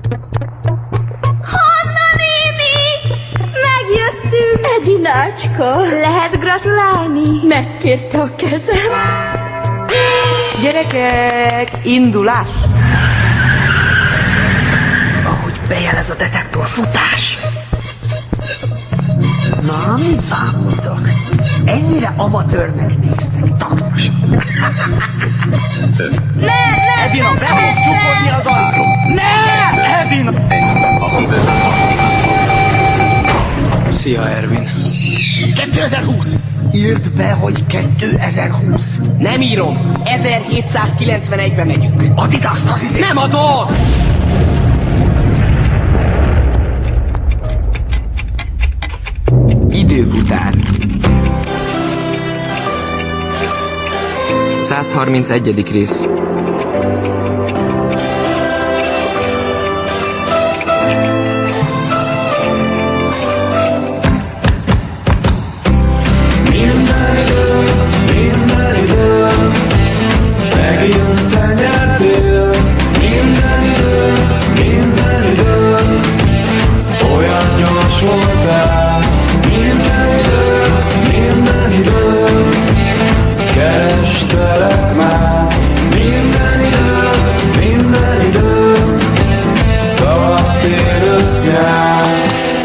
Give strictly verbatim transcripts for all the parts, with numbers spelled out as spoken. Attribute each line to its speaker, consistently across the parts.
Speaker 1: Hanna néni! Megjöttünk! Edinácska! Lehet gratulálni? Megkérte a kezem.
Speaker 2: Gyerekek, indulás! Ahogy bejelez a detektor, futás! Na, mit bámultak? Ennyire amatőrnek néztek, taknos.
Speaker 1: Nem, nem,
Speaker 2: Edina, be fog csukódni az ajtó! Ne! Edina!
Speaker 3: Szia, Ervin.
Speaker 2: kétezer-húsz! Írd be, hogy kétezer-húsz.
Speaker 3: Nem írom. ezerhétszázkilencvenegybe megyünk.
Speaker 2: Add ide azt az izét!
Speaker 3: Nem adod! Időfutár. százharmincegyedik rész.
Speaker 4: Megint te nyertél, minden idő, minden idő, olyan gyors voltál, minden idő, minden idő, kerestelek már, minden idő, minden idő, tavasz, tél, ősz, nyár.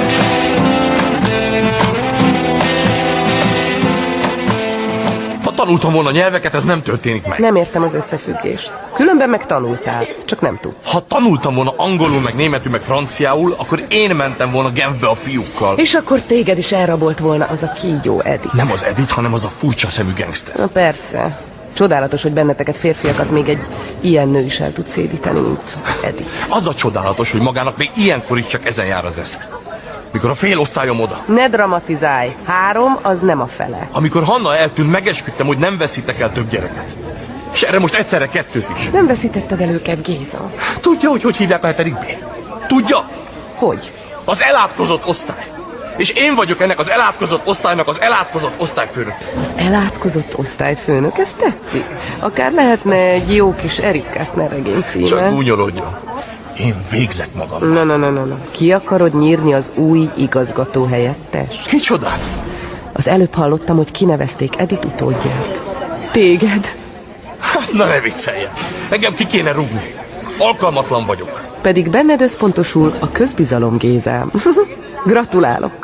Speaker 5: Tanultam volna nyelveket, ez nem történik meg.
Speaker 2: Nem értem az összefüggést. Különben meg tanultál, csak nem tud.
Speaker 5: Ha tanultam volna angolul, meg németül, meg franciául, akkor én mentem volna Genfbe a fiúkkal.
Speaker 2: És akkor téged is elrabolt volna az a kígyó Edith.
Speaker 5: Nem az Edith, hanem az a furcsa szemű gangster.
Speaker 2: Na persze. Csodálatos, hogy benneteket férfiakat még egy ilyen nő is el tud szédíteni, mint az Edith.
Speaker 5: Az a csodálatos, hogy magának még ilyenkor is csak ezen jár az esze. Mikor a fél osztályom oda.
Speaker 2: Ne dramatizálj. Három, az nem a fele.
Speaker 5: Amikor Hanna eltűnt, megesküdtem, hogy nem veszítek el több gyereket. És erre most egyszerre kettőt is.
Speaker 2: Nem veszítetted el őket, Géza.
Speaker 5: Tudja, hogy hogy hívják a hetedik B? Tudja?
Speaker 2: Hogy?
Speaker 5: Az elátkozott osztály. És én vagyok ennek az elátkozott osztálynak az elátkozott osztályfőnök.
Speaker 2: Az elátkozott osztályfőnök, ez tetszik. Akár lehetne egy jó kis Erik Kästner regény címe.
Speaker 5: Csak gúnyolódjon. Én végzek magam.
Speaker 2: Na, na, na, na, na. Ki akarod nyírni az új igazgató helyettes?
Speaker 5: Kicsoda?
Speaker 2: Az előbb hallottam, hogy kinevezték Edith utódját. Téged?
Speaker 5: Na ne vicceljen. Engem ki kéne rúgni. Alkalmatlan vagyok.
Speaker 2: Pedig benned összpontosul a közbizalom, Gézám. Gratulálok.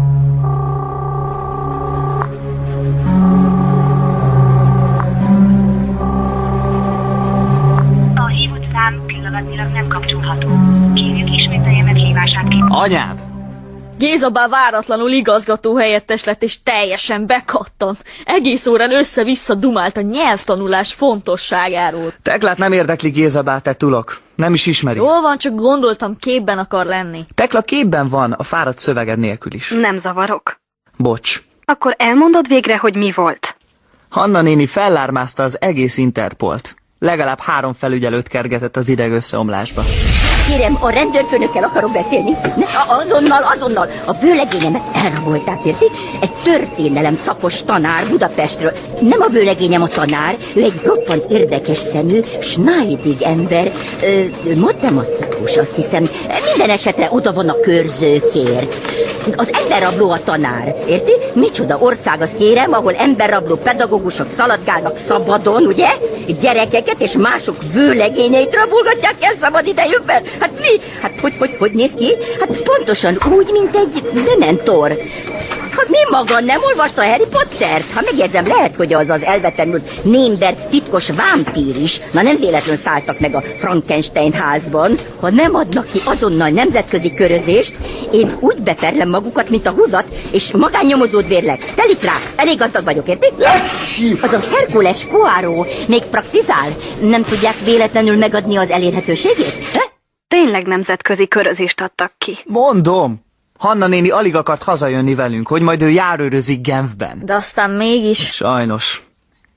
Speaker 6: A hívott szám pillanatnyilag nem kapcsolható. Kérjük ismételje meg hívását ki.
Speaker 3: Anyád!
Speaker 1: Géza bár váratlanul igazgató helyettes lett, és teljesen bekattant. Egész órán össze-vissza dumált a nyelvtanulás fontosságáról.
Speaker 3: Teklát nem érdekli Géza bátett tulok. Nem is ismeri.
Speaker 1: Jól van, csak gondoltam, képben akar lenni.
Speaker 3: Tekla képben van, a fáradt szöveged nélkül is.
Speaker 6: Nem zavarok.
Speaker 3: Bocs.
Speaker 6: Akkor elmondod végre, hogy mi volt?
Speaker 3: Hanna néni fellármázta az egész Interpolt. Legalább három felügyelőt kergetett az ideg összeomlásba.
Speaker 7: Kérem, a rendőrfőnökkel akarok beszélni. Ne, azonnal, azonnal. A vőlegényemet elrabolták, érti? Egy történelem szakos tanár Budapestről. Nem a vőlegényem a tanár, ő egy roppant érdekes szemű, snájdig ember, ö, matematikus, azt hiszem. Minden esetre oda van a körzőkér. Az emberrabló a tanár, érti? Micsoda ország az, kérem, ahol emberrabló pedagógusok szaladgálnak szabadon, ugye? Gyerekeket és mások vőlegényeit rabolgatják el szabad idejükben. Hát mi? Hát hogy, hogy, hogy néz ki? Hát pontosan úgy, mint egy dementor. Hát mi maga nem olvasta Harry Pottert? Ha megjegyzem, lehet, hogy az az elvetemült némber titkos vámpír is. Na nem véletlenül szálltak meg a Frankenstein házban. Ha nem adnak ki azonnal nemzetközi körözést, én úgy beperlem magukat, mint a húzat, és magánnyomozót bérlek. Telik rá, elég gazdag vagyok, érti? Az a Herkules Poirot még praktizál? Nem tudják véletlenül megadni az elérhetőségét? He?
Speaker 6: Tényleg nemzetközi körözést adtak ki.
Speaker 3: Mondom! Hanna néni alig akart hazajönni velünk, hogy majd ő járőrözik Genfben.
Speaker 1: De aztán mégis...
Speaker 3: Sajnos.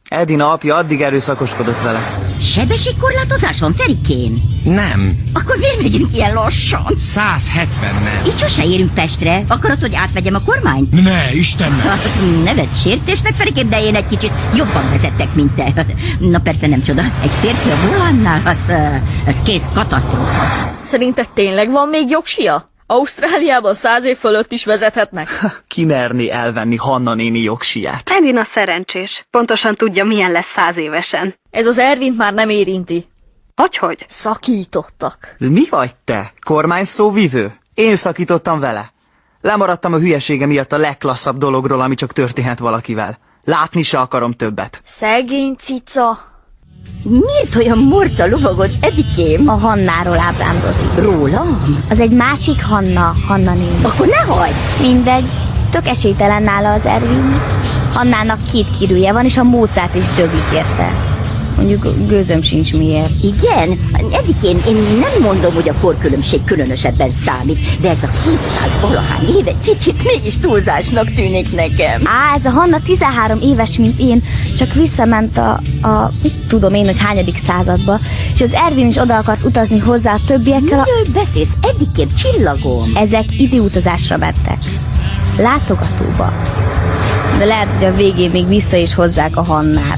Speaker 3: Edina apja addig erőszakoskodott vele.
Speaker 7: Sebességkorlátozás van, Ferikém?
Speaker 8: Nem.
Speaker 7: Akkor miért megyünk ilyen lassan?
Speaker 8: száz hetvennel.
Speaker 7: Így sose érünk Pestre. Akarod, hogy átvegyem a kormányt?
Speaker 8: Ne, Istennek!
Speaker 7: Hát, nevet sértésnek, Ferikém, de én egy kicsit jobban vezettek, mint te. Na persze nem csoda. Egy férfi a volánnál, az, az kész katasztrófa.
Speaker 1: Szerinted tényleg van még jogsia? Ausztráliában száz év fölött is vezethetnek.
Speaker 3: Ki merné elvenni Hanna néni jogsiját?
Speaker 9: Edina szerencsés. Pontosan tudja, milyen lesz száz évesen.
Speaker 1: Ez az Ervint már nem érinti.
Speaker 9: Hogyhogy?
Speaker 1: Szakítottak.
Speaker 3: De mi vagy te? Kormány szóvivő? Én szakítottam vele. Lemaradtam a hülyesége miatt a legklasszabb dologról, ami csak történhet valakivel. Látni se akarom többet.
Speaker 1: Szegény cica.
Speaker 7: Miért olyan morca lovagod, Edikém?
Speaker 10: A Hannáról ábrándozik.
Speaker 7: Rólam?
Speaker 10: Az egy másik Hanna, Hanna néni.
Speaker 7: Akkor ne hagyd!
Speaker 10: Mindegy, tök esélytelen nála az Ervin. Hannának két kirűje van, és a Mozart is döglik érte. Mondjuk gőzöm sincs miért.
Speaker 7: Igen? Edikém, én nem mondom, hogy a korkülönbség különösebben számít, de ez a kétszáz valahány éve kicsit mégis túlzásnak tűnik nekem.
Speaker 10: Á, ez a Hanna tizenhárom éves, mint én, csak visszament a, a mit tudom én, hogy hányadik századba, és az Ervin is oda akart utazni hozzá a többiekkel. A...
Speaker 7: Miről beszélsz? Edikém, csillagom!
Speaker 10: Ezek időutazásra vettek. Látogatóba. De lehet, hogy a végén még vissza is hozzák a Hannát.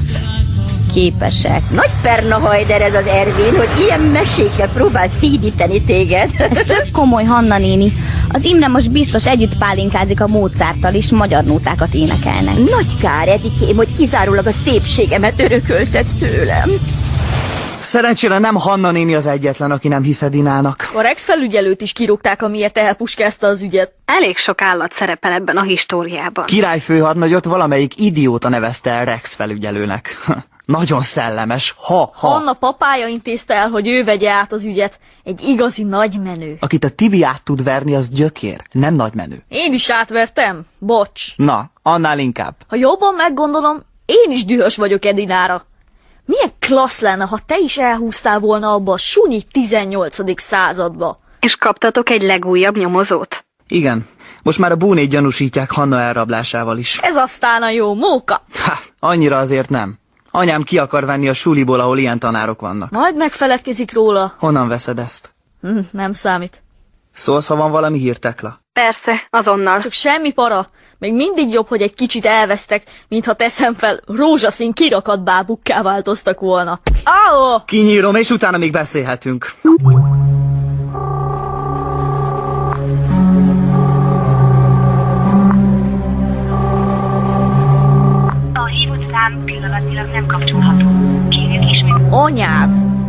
Speaker 10: Képesek.
Speaker 7: Nagy perna hajder ez az Ervin, hogy ilyen mesékkel próbál szídíteni téged.
Speaker 10: Ez tök komoly, Hanna néni. Az Imre most biztos együtt pálinkázik a Mozarttal, és magyar nótákat énekelnek.
Speaker 7: Nagy kár, Edikém, hogy kizárólag a szépségemet örökölted tőlem.
Speaker 3: Szerencsére nem Hanna néni az egyetlen, aki nem hisz Edinának.
Speaker 1: A Rex felügyelőt is kirúgták, amiért elpuskázta az ügyet.
Speaker 9: Elég sok állat szerepel ebben a históriában.
Speaker 3: Királyfőhadnagyot valamelyik idióta nevezte el Rex felügyelőnek. Nagyon szellemes. Ha, ha.
Speaker 1: Hanna papája intézte el, hogy ő vegye át az ügyet. Egy igazi nagymenő.
Speaker 3: Akit a Tibi át tud verni, az gyökér, nem nagymenő.
Speaker 1: Én is átvertem. Bocs.
Speaker 3: Na, annál inkább.
Speaker 1: Ha jobban meggondolom, én is dühös vagyok Edinára. Milyen klassz lenne, ha te is elhúztál volna abba a sunyi tizennyolcadik századba.
Speaker 9: És kaptatok egy legújabb nyomozót?
Speaker 3: Igen. Most már a búnét gyanúsítják Hanna elrablásával is.
Speaker 1: Ez aztán a jó móka.
Speaker 3: Ha, annyira azért nem. Anyám ki akar venni a suliból, ahol ilyen tanárok vannak.
Speaker 1: Majd megfeledkezik róla.
Speaker 3: Honnan veszed ezt?
Speaker 1: Hm, nem számít.
Speaker 3: Szólsz, ha van valami hír, Tekla?
Speaker 9: Persze, azonnal.
Speaker 1: Csak semmi para. Még mindig jobb, hogy egy kicsit elvesztek, mintha teszem fel, rózsaszín kirakat bábukká változtak volna. Áó!
Speaker 3: Kinyírom, és utána még beszélhetünk.
Speaker 6: A hívott szám pillanatnyilag nem kapcsolható. Kérjük ismét.
Speaker 1: Anyád!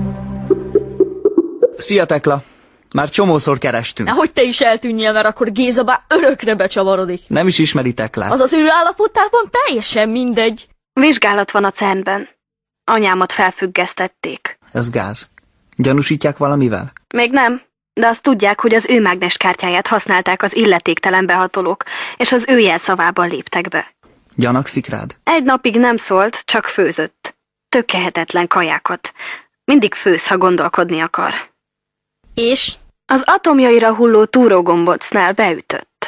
Speaker 3: Szia, Tekla! Már csomószor kerestünk.
Speaker 1: Nehogy te is eltűnjél, mert akkor Géza bár örökre becsavarodik.
Speaker 3: Nem is ismeri Teklát.
Speaker 1: Az az ő állapotában teljesen mindegy.
Speaker 9: Vizsgálat van a cernben. Anyámat felfüggesztették.
Speaker 3: Ez gáz. Gyanúsítják valamivel?
Speaker 9: Még nem, de azt tudják, hogy az ő mágneskártyáját használták az illetéktelen behatolók, és az ő jelszavában léptek be.
Speaker 3: Gyanakszik rád?
Speaker 9: Egy napig nem szólt, csak főzött. Tökéletetlen kajákat. Mindig főz, ha gondolkodni akar.
Speaker 1: És?
Speaker 9: Az atomjaira hulló túrógombocnál beütött.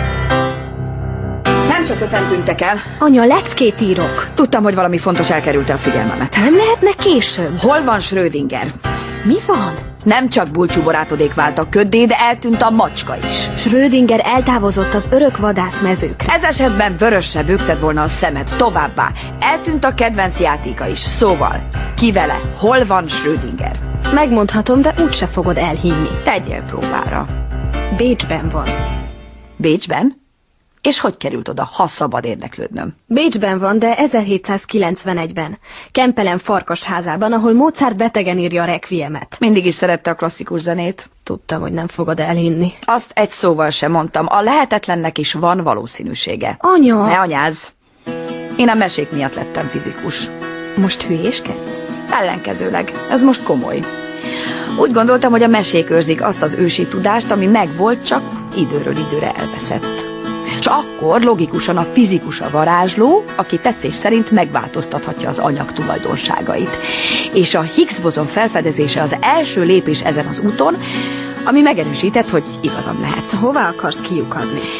Speaker 11: Nem csak öten tűntek el.
Speaker 10: Anya, leckét írok.
Speaker 11: Tudtam, hogy valami fontos elkerülte a figyelmemet.
Speaker 10: Nem lehetne később?
Speaker 11: Hol van Schrödinger?
Speaker 10: Mi van?
Speaker 11: Nem csak bulcsúborátodék váltak köddé, de eltűnt a macska is.
Speaker 10: Schrödinger eltávozott az örök vadászmezőkre.
Speaker 11: Ez esetben vörösre bükted volna a szemed. Továbbá, eltűnt a kedvenc játéka is. Szóval, ki vele? Hol van Schrödinger?
Speaker 10: Megmondhatom, de úgyse fogod elhinni.
Speaker 11: Tegyél próbára.
Speaker 10: Bécsben van.
Speaker 11: Bécsben? És hogy került oda, ha szabad érdeklődnöm?
Speaker 10: Bécsben van, de ezerhétszázkilencvenegyben. Kempelen farkasházában, ahol Mozart betegen írja a requiemet.
Speaker 11: Mindig is szerette a klasszikus zenét.
Speaker 10: Tudtam, hogy nem fogod elhinni.
Speaker 11: Azt egy szóval sem mondtam. A lehetetlennek is van valószínűsége.
Speaker 10: Anya!
Speaker 11: Ne anyázz! Én a mesék miatt lettem fizikus.
Speaker 10: Most hülyéskedsz?
Speaker 11: Ellenkezőleg. Ez most komoly. Úgy gondoltam, hogy a mesék őrzik azt az ősi tudást, ami megvolt, csak időről időre elveszett. És akkor logikusan a fizikus a varázsló, aki tetszés szerint megváltoztathatja az anyag tulajdonságait. És a Higgs-bozon felfedezése az első lépés ezen az úton, ami megerősített, hogy igazam lehet.
Speaker 10: Hová akarsz kiukadni?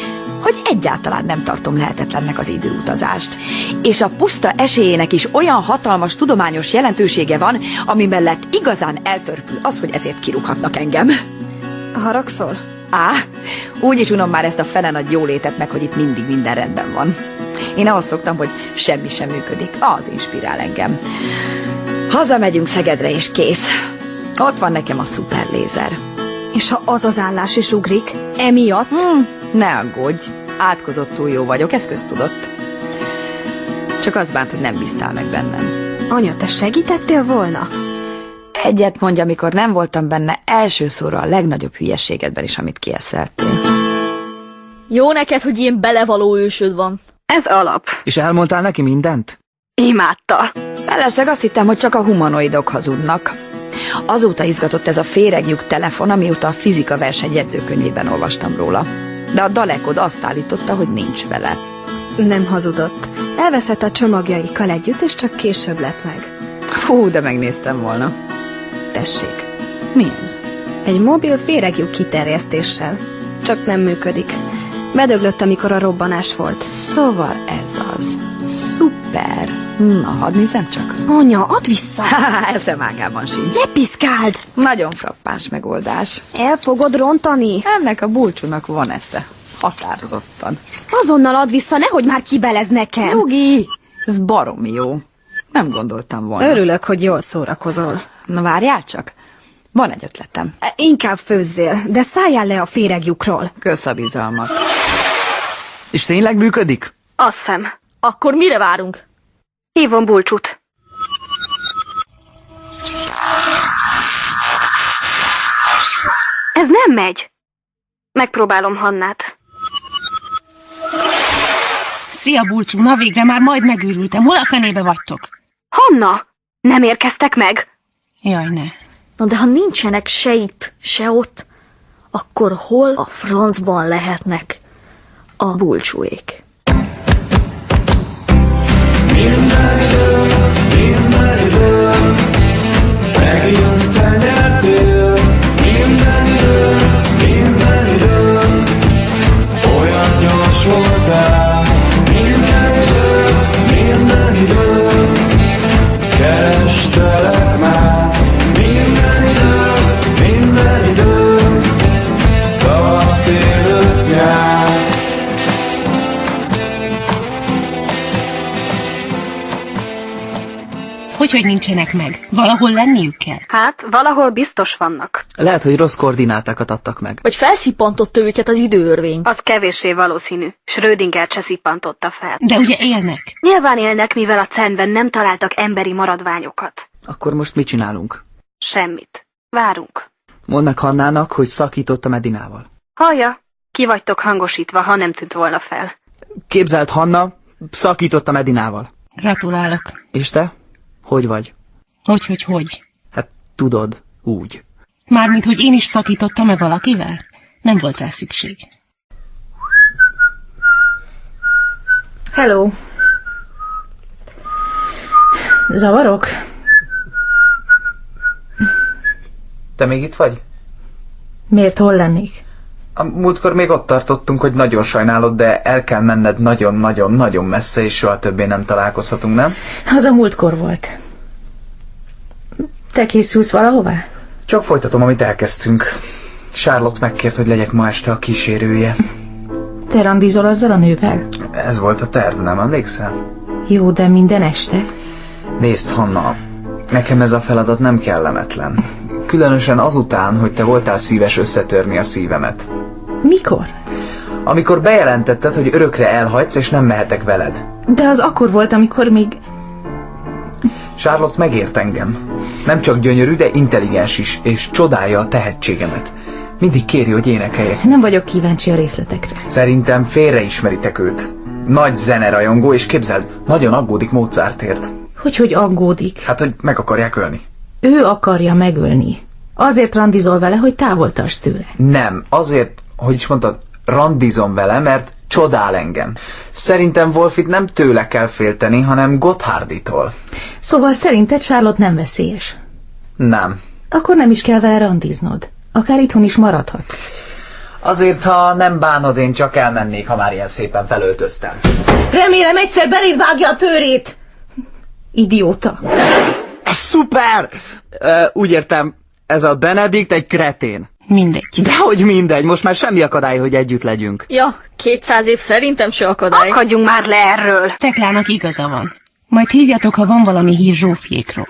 Speaker 11: hogy egyáltalán nem tartom lehetetlennek az időutazást. És a puszta esélyének is olyan hatalmas tudományos jelentősége van, ami mellett igazán eltörpül az, hogy ezért kirúghatnak engem.
Speaker 12: Haragszol?
Speaker 11: Á, úgy is unom már ezt a fene nagy jólétet meg, hogy itt mindig minden rendben van. Én ahhoz szoktam, hogy semmi sem működik, az inspirál engem. Hazamegyünk Szegedre és kész. Ott van nekem a szuperlézer.
Speaker 12: És ha az az állás is ugrik, emiatt?
Speaker 11: Hmm, ne aggódj, átkozottul jó vagyok, ez köztudott. Csak az bánt, hogy nem bíztál meg bennem.
Speaker 12: Anya, te segítettél volna?
Speaker 11: Egyet mondj, amikor nem voltam benne első szóra a legnagyobb hülyeségedben is, amit kieszeltél.
Speaker 1: Jó neked, hogy ilyen belevaló ősöd van.
Speaker 9: Ez alap.
Speaker 3: És elmondtál neki mindent?
Speaker 9: Imádta.
Speaker 11: Mellesleg azt hittem, hogy csak a humanoidok hazudnak. Azóta izgatott ez a féreglyuk telefon, amióta a fizika verseny jegyzőkönyvében olvastam róla. De a dalekod azt állította, hogy nincs vele.
Speaker 12: Nem hazudott. Elveszett a csomagjaikkal együtt, és csak később lett meg.
Speaker 11: Fú, de megnéztem volna.
Speaker 12: Tessék.
Speaker 11: Mi ez?
Speaker 12: Egy mobil féreglyuk kiterjesztéssel. Csak nem működik. Bedöglött, amikor a robbanás volt.
Speaker 11: Szóval ez az. Szuper. Na, hadd nézem csak.
Speaker 12: Anya, add vissza!
Speaker 11: Eszem ágában sincs.
Speaker 12: Ne piszkáld!
Speaker 11: Nagyon frappás megoldás.
Speaker 12: El fogod rontani?
Speaker 11: Ennek a bulcsúnak van esze. Határozottan.
Speaker 12: Azonnal add vissza, nehogy már kibelez nekem.
Speaker 11: Nyugi! Ez baromi jó. Nem gondoltam volna.
Speaker 12: Örülök, hogy jól szórakozol.
Speaker 11: Na várjál csak. Van egy ötletem.
Speaker 12: Inkább főzzél, de szálljál le a féregjukról.
Speaker 11: Kösz a bizalmat.
Speaker 3: És tényleg működik?
Speaker 9: Azt hiszem.
Speaker 1: Akkor mire várunk?
Speaker 9: Hívom Bulcsút. Ez nem megy. Megpróbálom Hannát.
Speaker 13: Szia, Bulcsú, na végre már majd megőrültem. Hol a fenébe vagytok?
Speaker 9: Hanna! Nem érkeztek meg?
Speaker 13: Jaj, ne.
Speaker 1: Na de ha nincsenek se itt, se ott, akkor hol a francban lehetnek a Bulcsúék?
Speaker 4: Minden idő, minden idő, megint te nyertél. Minden idő, minden idő, olyan gyors voltál. Minden idő, minden idő, kerestelek már. Minden idő, minden idő, tavasz, tél, ősz, nyár.
Speaker 13: Hogy, hogy nincsenek meg? Valahol lenniük kell?
Speaker 9: Hát, valahol biztos vannak.
Speaker 3: Lehet, hogy rossz koordinátákat adtak meg.
Speaker 1: Vagy felszippantotta őket az időörvény.
Speaker 9: Az kevéssé valószínű. Schrödinger se szippantotta fel.
Speaker 13: De ugye élnek?
Speaker 9: Nyilván élnek, mivel a cendben nem találtak emberi maradványokat.
Speaker 3: Akkor most mit csinálunk?
Speaker 9: Semmit. Várunk.
Speaker 3: Mondd meg Hannának, hogy szakított a Medinával.
Speaker 9: Hallja, ki vagytok hangosítva, ha nem tűnt volna fel.
Speaker 3: Képzeld, Hanna szakított a Medinával.
Speaker 13: Gratulálok.
Speaker 3: És te? Hogy vagy?
Speaker 13: Hogy, hogy, hogy?
Speaker 3: Hát tudod, úgy.
Speaker 13: Mármint, hogy én is szakítottam-e valakivel? Nem volt rá szükség.
Speaker 14: Hello. Zavarok?
Speaker 15: Te még itt vagy?
Speaker 14: Miért, hol lennék?
Speaker 15: A múltkor még ott tartottunk, hogy nagyon sajnálod, de el kell menned nagyon-nagyon-nagyon messze, és soha többé nem találkozhatunk, nem?
Speaker 14: Az a múltkor volt. Te készülsz valahová?
Speaker 15: Csak folytatom, amit elkezdtünk. Charlotte megkért, hogy legyek ma este a kísérője.
Speaker 14: Te randizol azzal a nővel?
Speaker 15: Ez volt a terv, nem emlékszel?
Speaker 14: Jó, de minden este?
Speaker 15: Nézd, Hanna, nekem ez a feladat nem kellemetlen. Különösen azután, hogy te voltál szíves összetörni a szívemet.
Speaker 14: Mikor?
Speaker 15: Amikor bejelentetted, hogy örökre elhagysz, és nem mehetek veled.
Speaker 14: De az akkor volt, amikor még...
Speaker 15: Charlotte megért engem. Nem csak gyönyörű, de intelligens is, és csodálja a tehetségemet. Mindig kéri, hogy énekeljek.
Speaker 14: Nem vagyok kíváncsi a részletekre.
Speaker 15: Szerintem félreismeritek őt. Nagy zenerajongó, és képzeld, nagyon aggódik Mozartért.
Speaker 14: Hogy, hogy aggódik?
Speaker 15: Hát, hogy meg akarják ölni.
Speaker 14: Ő akarja megölni. Azért randizol vele, hogy távol tarts tőle.
Speaker 15: Nem, azért, hogy is mondtad, randizom vele, mert csodál engem. Szerintem Wolfit nem tőle kell félteni, hanem Gottharditól.
Speaker 14: Szóval szerinted Charlotte nem veszélyes?
Speaker 15: Nem.
Speaker 14: Akkor nem is kell vele randiznod. Akár itthon is maradhatsz.
Speaker 15: Azért, ha nem bánod, én csak elmennék, ha már ilyen szépen felöltöztem.
Speaker 13: Remélem egyszer beléd vágja a tőrét. Idióta.
Speaker 3: Szuper! Uh, úgy értem, ez a Benedikt egy kretén.
Speaker 13: Mindegy.
Speaker 3: Dehogy mindegy, most már semmi akadály, hogy együtt legyünk.
Speaker 1: Ja, kétszáz év szerintem se akadály.
Speaker 9: Akadjunk már le erről.
Speaker 13: Teklának igaza van. Majd hívjatok, ha van valami hír Zsófiékról.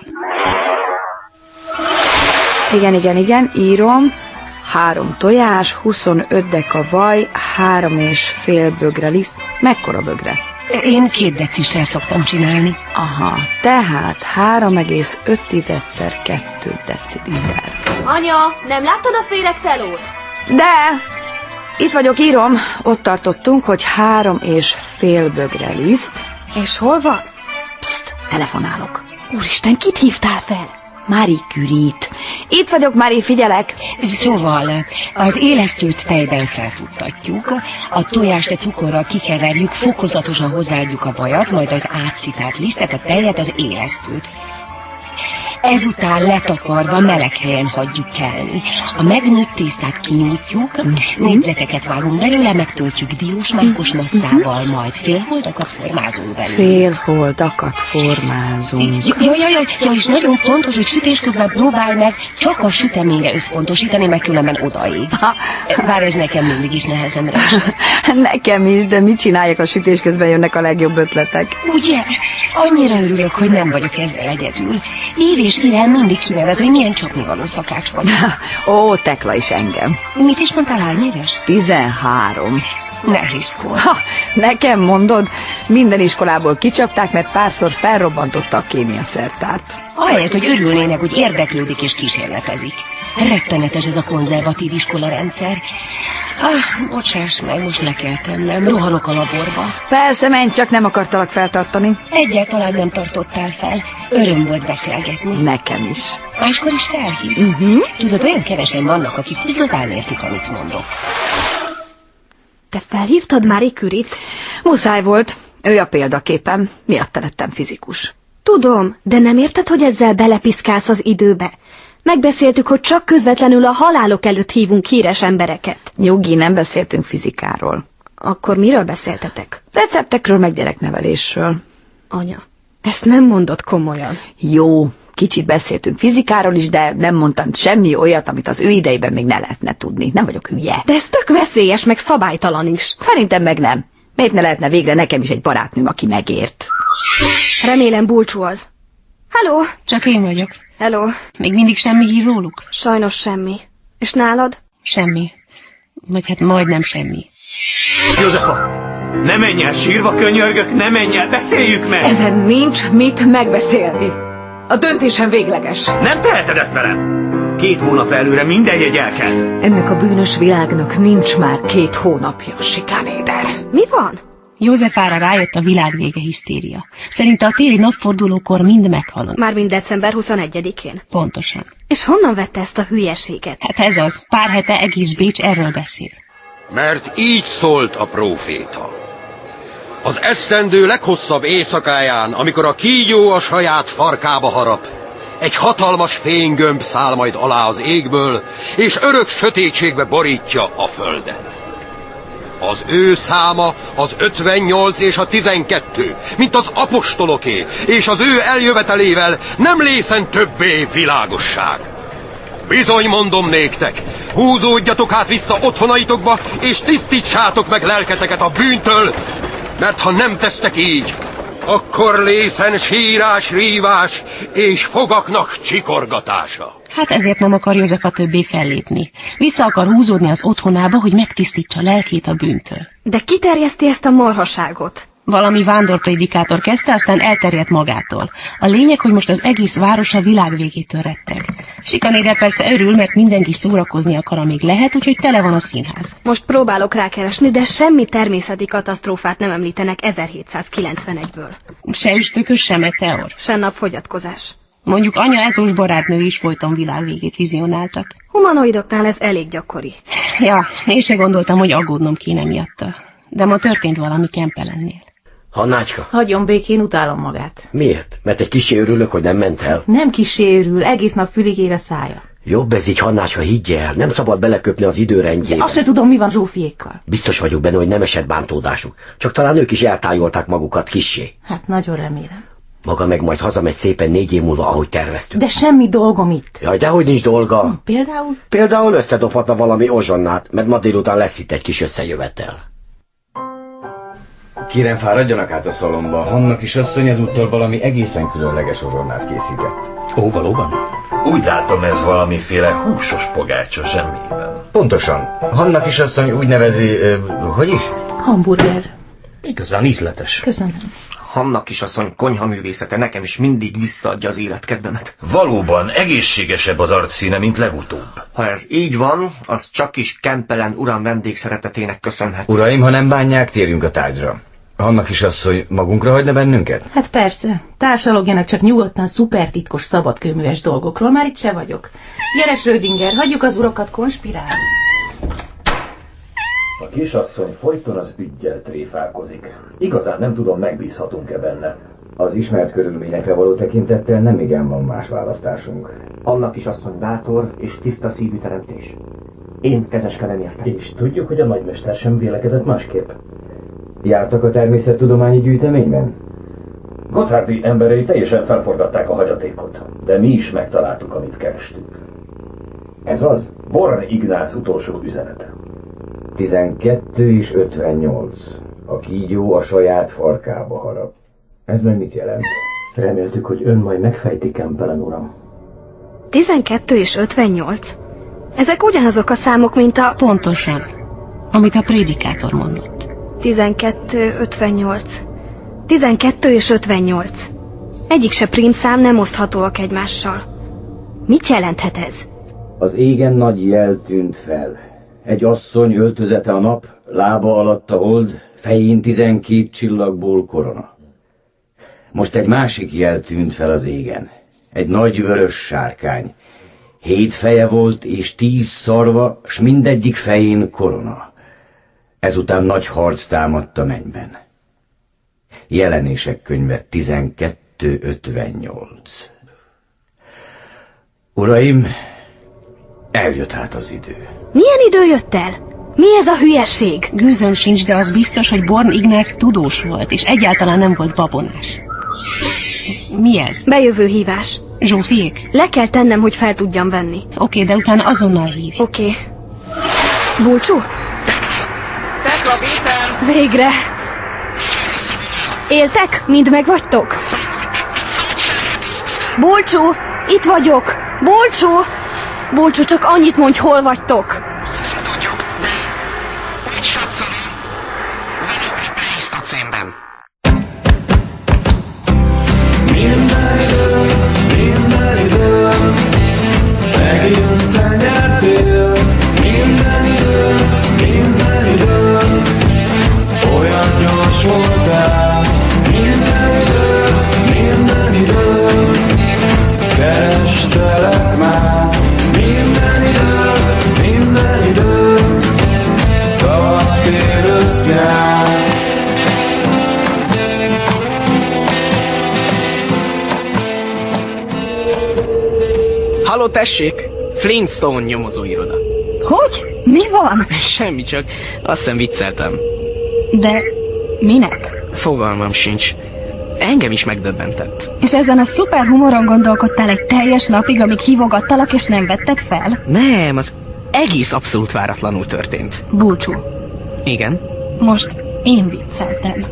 Speaker 11: Igen, igen, igen, írom. Három tojás, huszonöt deka vaj, három és fél bögre liszt. Mekkora bögre?
Speaker 13: Én két decisre szoktam csinálni.
Speaker 11: Aha, tehát három egész öt szer kettő deciliter.
Speaker 1: Anya, nem láttad a féregtelót?
Speaker 11: De! Itt vagyok, írom. Ott tartottunk, hogy három és fél bögre liszt.
Speaker 12: És hol van?
Speaker 11: Pszt, telefonálok.
Speaker 12: Úristen, kit hívtál fel?
Speaker 11: Marie Curie-t. Itt vagyok, Marie, figyelek.
Speaker 13: Szóval az élesztőt tejben felfuttatjuk, a tojást a cukorral kikeverjük, fokozatosan hozzáadjuk a vajat, majd az átcitált lisztet, a tejet, az élesztőt. Ezután letakarva meleg helyen hagyjuk kelni. A megnőtt tésztát kinyújtjuk, négyzeteket vágunk belőle, megtöltjük diós mákos masszával, majd félholdakat formázunk belőle.
Speaker 11: Félholdakat formázunk.
Speaker 13: Jaj, jaj, jaj, ja, és nagyon fontos, hogy sütés közben próbálj meg csak a süteményre összpontosítani, meg különben odaég. Bár ez nekem mindig is nehezemre.
Speaker 11: Nekem is, de mit csináljak, a sütés közben jönnek a legjobb ötletek.
Speaker 13: Ugye? Annyira örülök, hogy nem vagyok ezzel egyedül. Év és Irán mindig kinevet, hogy milyen csapnivaló szakács vagy.
Speaker 11: Ó, Tekla is engem.
Speaker 13: Mit is mondtál, hány éves?
Speaker 11: Tizenhárom.
Speaker 13: Ne hiszkod.
Speaker 11: Ha, nekem mondod, minden iskolából kicsapták, mert párszor felrobbantotta a kémia szertárt.
Speaker 13: Ahelyett, hogy örülnének, hogy érdeklődik és kísérletezik. Rettenetes ez a konzervatív iskolarendszer. Ah, bocsáss meg, most le kell tennem, rohanok a laborba.
Speaker 11: Persze, menj, csak nem akartalak feltartani.
Speaker 13: Egyáltalán nem tartottál fel. Öröm volt beszélgetni.
Speaker 11: Nekem is.
Speaker 13: Máskor is felhívsz.
Speaker 11: Uh-huh.
Speaker 13: Tudod, olyan kevesen vannak, akik igazán értik, amit mondok.
Speaker 12: Te felhívtad Marie Curie-t?
Speaker 11: Muszáj volt. Ő a példaképem. Miatta lettem fizikus.
Speaker 12: Tudom, de nem érted, hogy ezzel belepiszkálsz az időbe? Megbeszéltük, hogy csak közvetlenül a halálok előtt hívunk híres embereket.
Speaker 11: Nyugi, nem beszéltünk fizikáról.
Speaker 12: Akkor miről beszéltetek?
Speaker 11: Receptekről, meg gyereknevelésről.
Speaker 12: Anya, ezt nem mondod komolyan.
Speaker 11: Jó, kicsit beszéltünk fizikáról is, de nem mondtam semmi olyat, amit az ő idejében még ne lehetne tudni. Nem vagyok hülye.
Speaker 12: De ez tök veszélyes, meg szabálytalan is.
Speaker 11: Szerintem meg nem. Miért ne lehetne végre nekem is egy barátnőm, aki megért?
Speaker 12: Remélem búcsú az. Halló?
Speaker 13: Csak én vagyok.
Speaker 12: Hello.
Speaker 13: Még mindig semmi hír róluk?
Speaker 12: Sajnos semmi. És nálad?
Speaker 13: Semmi. Vagy hát majdnem semmi.
Speaker 5: Józefa, ne menj el, sírva könyörgök, ne menj el, beszéljük meg!
Speaker 16: Ezen nincs mit megbeszélni. A döntésem végleges.
Speaker 5: Nem teheted ezt velem! Két hónapra előre minden jegy elkelt.
Speaker 16: Ennek a bűnös világnak nincs már két hónapja, sikánéder.
Speaker 12: Mi van?
Speaker 13: Józsefára rájött a világvége hisztéria. Szerinte a téli napfordulókor mind meghalunk.
Speaker 12: Mármint december huszonegyedikén.
Speaker 13: Pontosan.
Speaker 12: És honnan vette ezt a hülyeséget?
Speaker 13: Hát ez az, pár hete egész Bécs erről beszél.
Speaker 17: Mert így szólt a próféta. Az esztendő leghosszabb éjszakáján, amikor a kígyó a saját farkába harap, egy hatalmas fénygömb száll majd alá az égből, és örök sötétségbe borítja a földet. Az ő száma az ötvennyolc és a tizenkettő, mint az apostoloké, és az ő eljövetelével nem lészen többé világosság. Bizony mondom néktek, húzódjatok hát vissza otthonaitokba, és tisztítsátok meg lelketeket a bűntől, mert ha nem tesztek így, akkor lészen sírás, rívás és fogaknak csikorgatása.
Speaker 13: Hát ezért nem akar Józsefa többé fellépni. Vissza akar húzódni az otthonába, hogy megtisztítsa lelkét a bűntől.
Speaker 12: De ki terjeszti ezt a marhaságot?
Speaker 13: Valami vándorpredikátor kezdte, aztán elterjedt magától. A lényeg, hogy most az egész város a világ végétől retteg. Sikanéder persze örül, mert mindenki szórakozni akar, amíg lehet, úgyhogy tele van a színház.
Speaker 12: Most próbálok rákeresni, de semmi természeti katasztrófát nem említenek ezerhétszázkilencvenegyből.
Speaker 13: Se üstökös, se meteor.
Speaker 12: Se napfogyatkozás.
Speaker 13: Mondjuk anya Ezós barátnő is folyton világvégét vizionáltak.
Speaker 12: Humanoidoknál ez elég gyakori.
Speaker 13: Ja, én se gondoltam, hogy aggódnom kéne miatta. De ma történt valami Kempelennél.
Speaker 18: Hannácska.
Speaker 14: Hagyjon békén, utálom magát.
Speaker 18: Miért? Mert egy kissé örülök, hogy nem ment el?
Speaker 14: Nem kissé örül, egész nap fülig ér a szája.
Speaker 18: Jobb ez így, Hannácska, higgy el. Nem szabad beleköpni az időrendjébe.
Speaker 14: Azt se tudom, mi van Zsófiékkal.
Speaker 18: Biztos vagyok benne, hogy nem esett bántódásuk. Csak talán ők is eltájolták magukat kissé.
Speaker 14: Hát nagyon remélem.
Speaker 18: Maga meg majd hazamegy szépen négy év múlva, ahogy terveztük.
Speaker 14: De semmi dolgom itt.
Speaker 18: Jaj, dehogy nincs dolga.
Speaker 14: Például?
Speaker 18: Például összedobhatna valami ozsonnát, mert ma délután lesz itt egy kis összejövetel.
Speaker 19: Kérem, fáradjanak át a szalomba. Hanna kisasszony ezúttal valami egészen különleges ozsonnát készített.
Speaker 20: Ó, valóban? Úgy látom, ez valamiféle húsos pogácsa semmiben.
Speaker 19: Pontosan. Hanna kisasszony úgy nevezi, uh, hogy is?
Speaker 14: Hamburger.
Speaker 20: Igazán ízletes.
Speaker 14: Köszönöm.
Speaker 3: Hanna kisasszony konyhaművészete nekem is mindig visszaadja az életkedvemet.
Speaker 20: Valóban egészségesebb az arcszíne, mint legutóbb.
Speaker 3: Ha ez így van, az csak is Kempelen uram vendégszeretetének köszönhet.
Speaker 19: Uraim, ha nem bánják, térjünk a tárgyra. Hanna kisasszony magunkra hagyna bennünket?
Speaker 14: Hát persze. Társalogjanak csak nyugodtan szupertitkos szabadkőműves dolgokról, már itt se vagyok. Gyere, Schrödinger, hagyjuk az urakat konspirálni.
Speaker 21: A kisasszony folyton az üggyel tréfálkozik. Igazán nem tudom, megbízhatunk-e benne.
Speaker 19: Az ismert körülményekre való tekintettel nem igen van más választásunk.
Speaker 3: Annak kisasszony bátor és tiszta szívű teremtés. Én kezeskedem érte.
Speaker 21: És tudjuk, hogy a nagymester sem vélekedett másképp.
Speaker 19: Jártak a természettudományi gyűjteményben?
Speaker 21: Gotthárdi emberei teljesen felforgatták a hagyatékot, de mi is megtaláltuk, amit kerestünk.
Speaker 19: Ez az?
Speaker 21: Born Ignác utolsó üzenete.
Speaker 19: tizenkettő és ötvennyolc. A kígyó a saját farkába harap. Ez meg mit jelent?
Speaker 21: Reméltük, hogy ön majd megfejti, Kempelen uram.
Speaker 12: tizenkettő és ötvennyolc? Ezek ugyanazok a számok, mint a...
Speaker 13: Pontosan. Amit a prédikátor mondott.
Speaker 12: tizenkettő, ötvennyolc. tizenkettő és ötvennyolc. Egyik se prímszám, nem oszthatóak egymással. Mit jelenthet ez?
Speaker 19: Az égen nagy jel tűnt fel. Egy asszony öltözete a nap, lába alatt a hold, fején tizenkét csillagból korona. Most egy másik jel tűnt fel az égen. Egy nagy vörös sárkány. Hét feje volt és tíz szarva, s mindegyik fején korona. Ezután nagy harc támadt a mennyben. Jelenések könyve tizenkettő ötvennyolc. Uraim, eljött hát az idő.
Speaker 12: Milyen idő jött el? Mi ez a hülyeség?
Speaker 13: Gőzöm sincs, de az biztos, hogy Born Ignác tudós volt, és egyáltalán nem volt babonás. Mi ez?
Speaker 12: Bejövő hívás.
Speaker 13: Zsófiék?
Speaker 12: Le kell tennem, hogy fel tudjam venni.
Speaker 13: Oké, de utána azonnal hívj.
Speaker 12: Oké. Bulcsú?
Speaker 3: Tekla, Péter!
Speaker 12: Végre! Éltek? Mind megvagytok? Bulcsú! Itt vagyok! Bulcsú! Bulcsú, csak annyit mondj, hol vagytok!
Speaker 22: Tudjuk, de úgy satszolom, velünk Pleisztocénben.
Speaker 4: Minden idő, minden idő, megint te nyertél. Minden idő, minden idő, olyan gyors voltál. Minden idő, minden idő, kerestelek már. Minden idő, minden idő, tavasz, tél, ősz, nyár.
Speaker 23: Halló, tessék! Flintstone nyomozóiroda.
Speaker 10: Hogy? Mi van?
Speaker 23: Semmi, csak azt hiszem vicceltem.
Speaker 10: De minek?
Speaker 23: Fogalmam sincs. Engem is megdöbbentett.
Speaker 10: És ezen a szuper humoron gondolkodtál egy teljes napig, amíg hívogattalak és nem vetted fel?
Speaker 23: Nem, az egész abszolút váratlanul történt.
Speaker 10: Bulcsú.
Speaker 23: Igen?
Speaker 10: Most én vicceltem.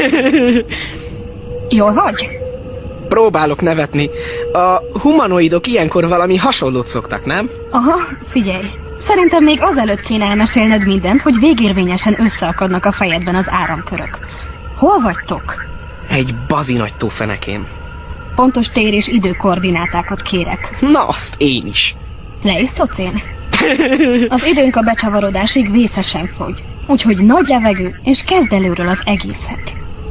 Speaker 10: Jól vagy?
Speaker 23: Próbálok nevetni. A humanoidok ilyenkor valami hasonlót szoktak, nem?
Speaker 10: Aha, figyelj. Szerintem még azelőtt kéne elmesélned mindent, hogy végérvényesen összeakadnak a fejedben az áramkörök. Hol vagytok?
Speaker 23: Egy bazi nagy tó fenekén.
Speaker 10: Pontos tér és időkoordinátákat kérek.
Speaker 23: Na, azt én is.
Speaker 10: Pleisztocén? Az időnk a becsavarodásig vészesen fogy. Úgyhogy nagy levegő, és kezd előről az egészet.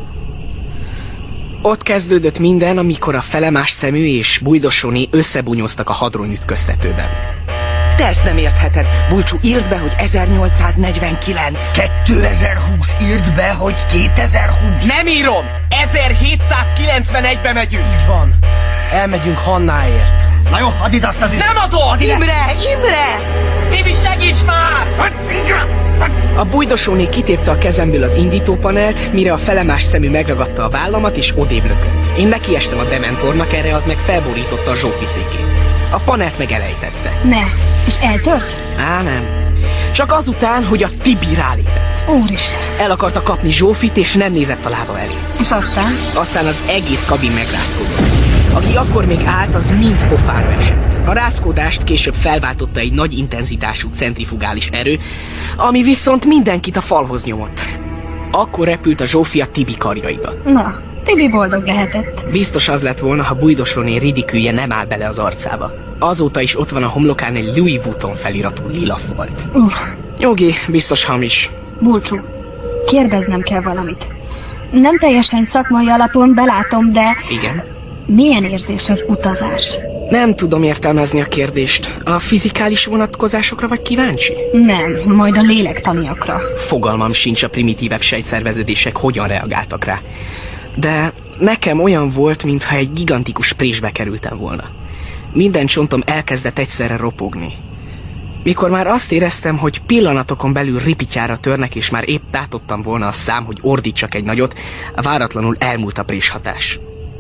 Speaker 23: Ott kezdődött minden, amikor a felemás szemű és Bújdosóné összebunyóztak a hadron ütköztetőben.
Speaker 24: Te ezt nem értheted. Bulcsú, írd be, hogy ezernyolcszáznegyvenkilenc.
Speaker 23: kétezer-húsz, írd be, hogy kétezer-húsz. Nem írom! ezerhétszázkilencvenegybe megyünk. Így van. Elmegyünk Hannáért.
Speaker 2: Na jó, add ide azt az izét.
Speaker 23: Nem adod! Imre! Imre! Tibi, segíts már! A bujdosóné kitépte a kezemből az indítópanelt, mire a felemás szemű megragadta a vállamat és odébb lökött. Én nekiestem a dementornak, erre az meg felborította a Zsófi székét. A panelt meg elejtette.
Speaker 10: Ne, és eltört?
Speaker 23: Á, nem. Csak azután, hogy a Tibi rálépett.
Speaker 10: Úristen.
Speaker 23: El akarta kapni Zsófit, és nem nézett a lába elé.
Speaker 10: És aztán?
Speaker 23: Aztán az egész kabin megrázkodott. Aki akkor még állt, az mind pofára esett. A rázkódást később felváltotta egy nagy intenzitású centrifugális erő, ami viszont mindenkit a falhoz nyomott. Akkor repült a Zsófi a Tibi karjaiba.
Speaker 10: Na, Tibi boldog lehetett.
Speaker 23: Biztos az lett volna, ha Bujdosóné ridikülje nem áll bele az arcába. Azóta is ott van a homlokán egy Louis Vuitton feliratú lila folt.
Speaker 10: Uh.
Speaker 23: Nyugi, biztos hamis.
Speaker 10: Bulcsú, kérdeznem kell valamit. Nem teljesen szakmai alapon belátom, de...
Speaker 23: Igen?
Speaker 10: Milyen érzés az utazás?
Speaker 23: Nem tudom értelmezni a kérdést. A fizikális vonatkozásokra vagy kíváncsi?
Speaker 10: Nem, majd a lélektaniakra.
Speaker 23: Fogalmam sincs, a primitívebb sejtszerveződések hogyan reagáltak rá. De nekem olyan volt, mintha egy gigantikus présbe kerültem volna. Minden csontom elkezdett egyszerre ropogni. Mikor már azt éreztem, hogy pillanatokon belül ripityára törnek, és már épp tátottam volna a szám, hogy ordítsak egy nagyot, váratlanul elmúlt a préshatás.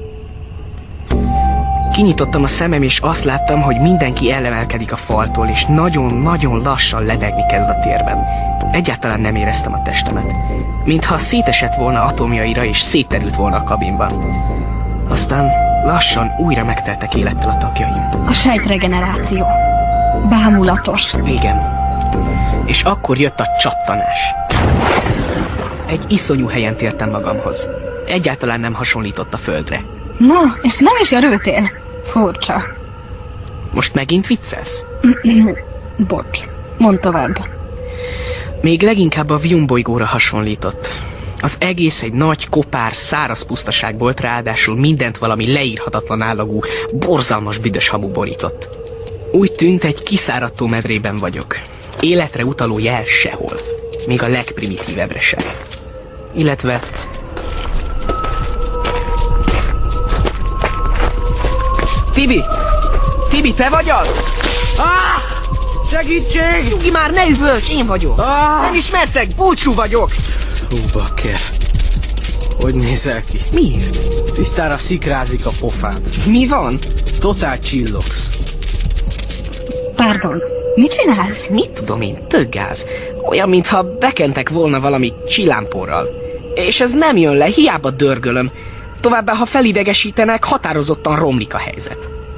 Speaker 23: Kinyitottam a szemem, és azt láttam, hogy mindenki elemelkedik a faltól, és nagyon-nagyon lassan lebegni kezd a térben. Egyáltalán nem éreztem a testemet. Mintha szétesett volna atomjaira, és szétterült volna a kabinban. Aztán lassan újra megteltek élettel a tagjaim.
Speaker 10: A sejtregeneráció. Bámulatos.
Speaker 23: Igen. És akkor jött a csattanás. Egy iszonyú helyen tértem magamhoz. Egyáltalán nem hasonlított a földre.
Speaker 10: Na, és nem is örültél? Furcsa.
Speaker 23: Most megint viccelsz?
Speaker 10: Bocs, mondd tovább.
Speaker 23: Még leginkább a Vium bolygóra hasonlított. Az egész egy nagy, kopár, száraz pusztaság volt, ráadásul mindent valami leírhatatlan állagú, borzalmas büdös hamu borított. Úgy tűnt, egy kiszáradtó medrében vagyok. Életre utaló jel sehol. Még a legprimitívebbre sem. Illetve... Tibi! Tibi, te vagy az? Ah! Segítség! Nyugi már, ne üvölts, én vagyok! Ah! Nem ismerszek, Bulcsú vagyok!
Speaker 6: Hú, bakker. Hogy nézel ki?
Speaker 23: Miért?
Speaker 6: Tisztára szikrázik a pofád.
Speaker 23: Mi van?
Speaker 6: Totál csillogsz.
Speaker 10: Pardon, mit csinálsz?
Speaker 23: Mit tudom én, tök gáz. Olyan, mintha bekentek volna valami csillámporral. És ez nem jön le, hiába dörgölöm. Továbbá, ha felidegesítenek, határozottan romlik a helyzet.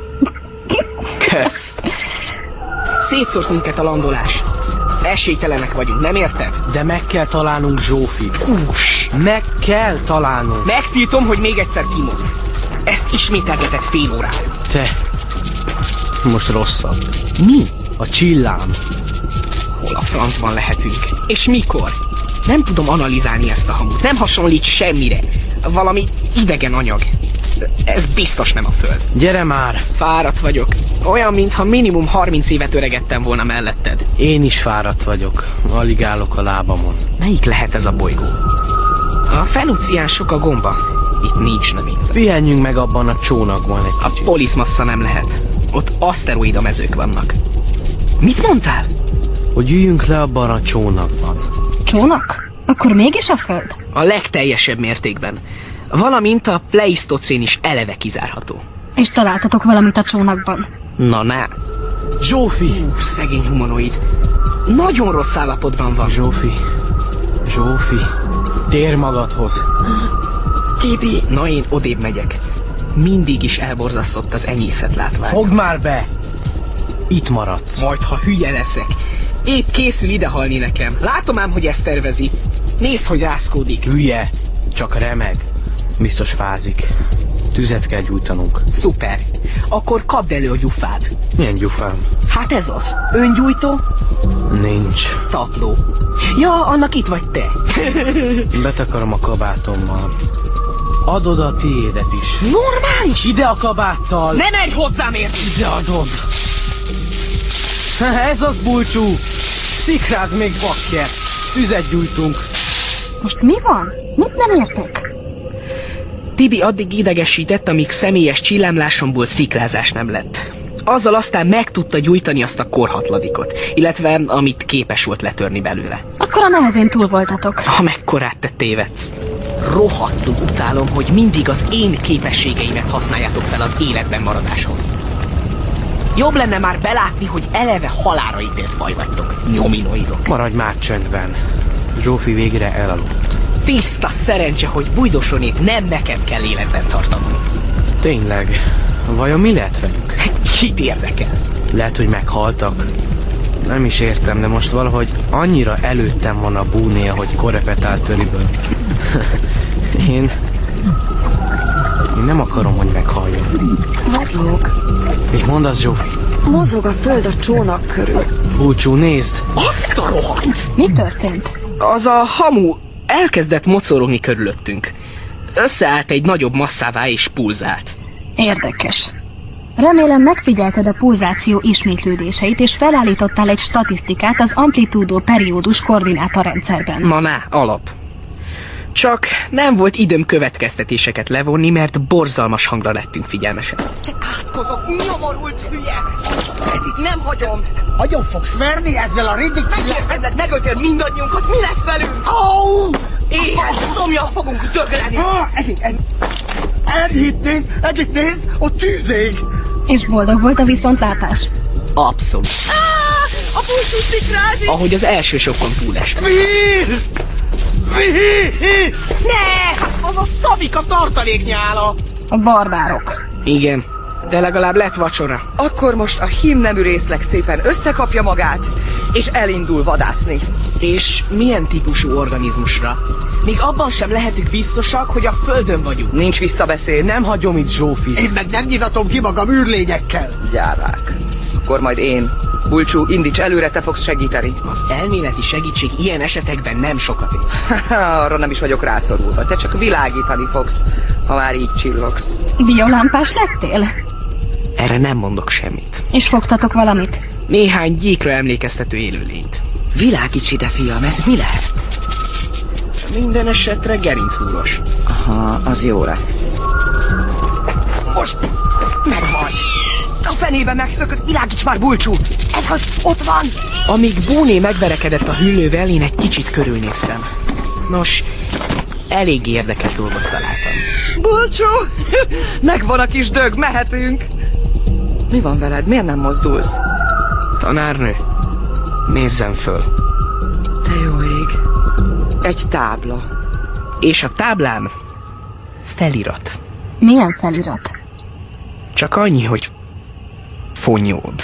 Speaker 23: Kösz. Szétszórt minket a landolás. Esélytelenek vagyunk, nem érted?
Speaker 6: De meg kell találnunk Zsófit. Hús! Meg kell találnunk.
Speaker 23: Megtiltom, hogy még egyszer kimond. Ezt ismételgetett fél órára.
Speaker 6: Te... Most rosszabb.
Speaker 23: Mi?
Speaker 6: A csillám.
Speaker 23: Hol a francban lehetünk? És mikor? Nem tudom analizálni ezt a hamut. Nem hasonlít semmire. Valami idegen anyag. Ez biztos nem a föld.
Speaker 6: Gyere már!
Speaker 23: Fáradt vagyok. Olyan, mintha minimum harminc évet öregettem volna melletted.
Speaker 6: Én is fáradt vagyok. Alig állok a lábamon.
Speaker 23: Melyik lehet ez a bolygó? A Fenucián sok a gomba. Itt nincs növényzet.
Speaker 6: Pihenjünk meg abban a csónakban egy
Speaker 23: kicsit. A Polismassa nem lehet. Ott aszteroida mezők vannak. Mit mondtál?
Speaker 6: Hogy üljünk le abban a csónakban.
Speaker 10: Csónak? Akkor mégis a föld?
Speaker 23: A legteljesebb mértékben. Valamint a pleisztocén is eleve kizárható.
Speaker 10: És találtatok valamit a csónakban?
Speaker 23: Na, ne.
Speaker 6: Zsófi!
Speaker 23: Ú, szegény humanoid. Nagyon rossz állapotban van.
Speaker 6: Zsófi. Zsófi. Tér magadhoz.
Speaker 23: Tibi. Na, én odébb megyek. Mindig is elborzasztott az enyészet látvány.
Speaker 6: Fogd már be! Itt maradsz.
Speaker 23: Majd, ha hülye leszek. Épp készül idehalni nekem. Látom ám, hogy ezt tervezi. Nézd, hogy rázkódik.
Speaker 6: Hülye. Csak remeg. Biztos fázik. Tüzet kell gyújtanunk.
Speaker 23: Szuper. Akkor kapd elő a gyufád.
Speaker 6: Milyen gyufám?
Speaker 23: Hát ez az. Öngyújtó?
Speaker 6: Nincs.
Speaker 23: Tapló. Ja, annak itt vagy te.
Speaker 6: Betakarom a kabátommal. Adod a tiédet is.
Speaker 23: Normális.
Speaker 6: Ide a kabáttal.
Speaker 23: Ne menj hozzám, érti.
Speaker 6: Ide adod. Ez az, Bulcsú. Szikráz még, bakker. Tüzet gyújtunk.
Speaker 10: Most mi van? Mit nem értek?
Speaker 23: Tibi addig idegesített, amíg személyes csillámlásomból szikrázás nem lett. azzal aztán meg tudta gyújtani azt a korhatladikot, illetve amit képes volt letörni belőle.
Speaker 10: Akkor a nehezén túl voltatok.
Speaker 23: Amekkorát te tévedsz. Rohadtul utálom, hogy mindig az én képességeimet használjátok fel az életben maradáshoz. Jobb lenne már belátni, hogy eleve halálra ítélt faj vagytok, nyominoidok.
Speaker 6: Maradj már csöndben. Zsófi végre elaludt.
Speaker 23: Tiszta szerencse, hogy Bújdosónét nem neked kell életben tartanunk.
Speaker 6: Tényleg, vajon mi lehet velük?
Speaker 23: Kit érdekel?
Speaker 6: Lehet, hogy meghaltak. Nem is értem, de most valahogy annyira előttem van a búnéja, hogy korrepetált töriből. Én... Én nem akarom, hogy meghaljon.
Speaker 2: Mozog.
Speaker 6: Mit mondasz, Zsófi?
Speaker 2: Mozog a föld a csónak körül.
Speaker 6: Búcsú, nézd!
Speaker 23: Azt a rohadt!
Speaker 10: Mi történt?
Speaker 23: Az a hamu elkezdett mocorogni körülöttünk. Összeállt egy nagyobb masszává és pulzált.
Speaker 10: Érdekes. Remélem megfigyelted a pulzáció ismétlődéseit, és felállítottál egy statisztikát az amplitúdó periódus koordinátorrendszerben.
Speaker 23: Maná, alap. Csak nem volt időm következtetéseket levonni, mert borzalmas hangra lettünk figyelmesek.
Speaker 24: Te átkozok, nyomorult hülye! Eddig nem hagyom! Agyon fogsz verni ezzel a ridikül... Megérted, megöltél mindannyiunkat, mi lesz velünk? Au! Éhes szomjal fogunk dögleni!
Speaker 7: Edith, Edith, nézd, Edith, nézd, ott tűzég!
Speaker 10: És boldog volt a viszontlátás?
Speaker 23: Abszolút.
Speaker 24: A Búcsú szikrázik!
Speaker 23: Ahogy az első sokon túlest.
Speaker 7: Víz! Víz!
Speaker 23: Ne! Az a szavik a tartaléknyála!
Speaker 10: A barbárok.
Speaker 23: Igen, de legalább lett vacsora.
Speaker 24: Akkor most a hímnemű részleg szépen összekapja magát, és elindul vadászni.
Speaker 23: És milyen típusú organizmusra? Még abban sem lehetünk biztosak, hogy a Földön vagyunk.
Speaker 24: Nincs visszabeszél.
Speaker 6: Nem hagyom itt Zsófi.
Speaker 7: Én meg nem nyitatom ki magam űrlényekkel.
Speaker 24: Gyárák. Akkor majd én. Bulcsú, indíts előre, te fogsz segíteni.
Speaker 23: Az elméleti segítség ilyen esetekben nem sokat ér.
Speaker 24: Arra nem is vagyok rászorulva. Te csak világítani fogsz, ha már így csillogsz.
Speaker 10: Biolámpás lettél?
Speaker 23: Erre nem mondok semmit.
Speaker 10: És fogtatok valamit?
Speaker 23: Néhány gyíkra emlékeztető élőlényt.
Speaker 24: Világíts ide, fiam, ez mi lehet?
Speaker 23: Minden esetre gerinchúros.
Speaker 24: Aha, az jó lesz. Most megvagy. A fenébe megszökött, világíts már, Bulcsú! Ez az, ott van!
Speaker 23: Amíg Búné megverekedett a hüllővel, én egy kicsit körülnéztem. Nos, elég érdekes dolgot találtam.
Speaker 24: Bulcsú! Megvan a kis dög, mehetünk! Mi van veled? Miért nem mozdulsz?
Speaker 23: Tanárnő, nézzem föl.
Speaker 24: Te jó ég. Egy tábla.
Speaker 23: És a táblán felirat.
Speaker 10: Milyen felirat?
Speaker 23: Csak annyi, hogy fonyód.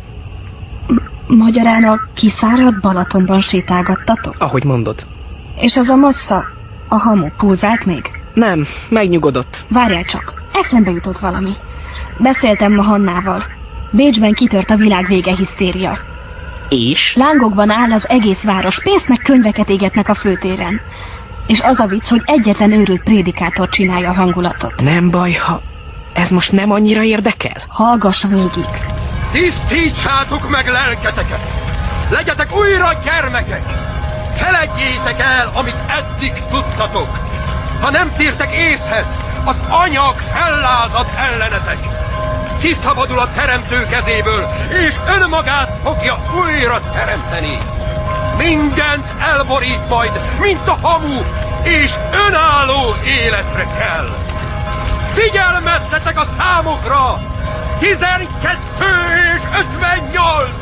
Speaker 10: Magyarán a kiszáradt Balatonban sétálgattatok?
Speaker 23: Ahogy mondod.
Speaker 10: És az a massza, a hamu pulzált még?
Speaker 23: Nem, megnyugodott.
Speaker 10: Várjál csak, eszembe jutott valami. Beszéltem ma Hannával. Bécsben kitört a világ vége hisztéria.
Speaker 23: És?
Speaker 10: Lángokban áll az egész város, pénzt meg könyveket égetnek a főtéren. És az a vicc, hogy egyetlen őrült prédikátor csinálja a hangulatot.
Speaker 23: Nem baj, ha ez most nem annyira érdekel?
Speaker 10: Hallgass végig.
Speaker 17: Tisztítsátok meg lelketeket! Legyetek újra gyermekek! Feledjétek el, amit eddig tudtatok! Ha nem tértek észhez, az anyag fellázad ellenetek! Kiszabadul a teremtő kezéből, és önmagát fogja újra teremteni! Mindent elborít majd, mint a hamu, és önálló életre kell! Figyelmeztetek a számokra! Tizenkettő és ötvennyolc!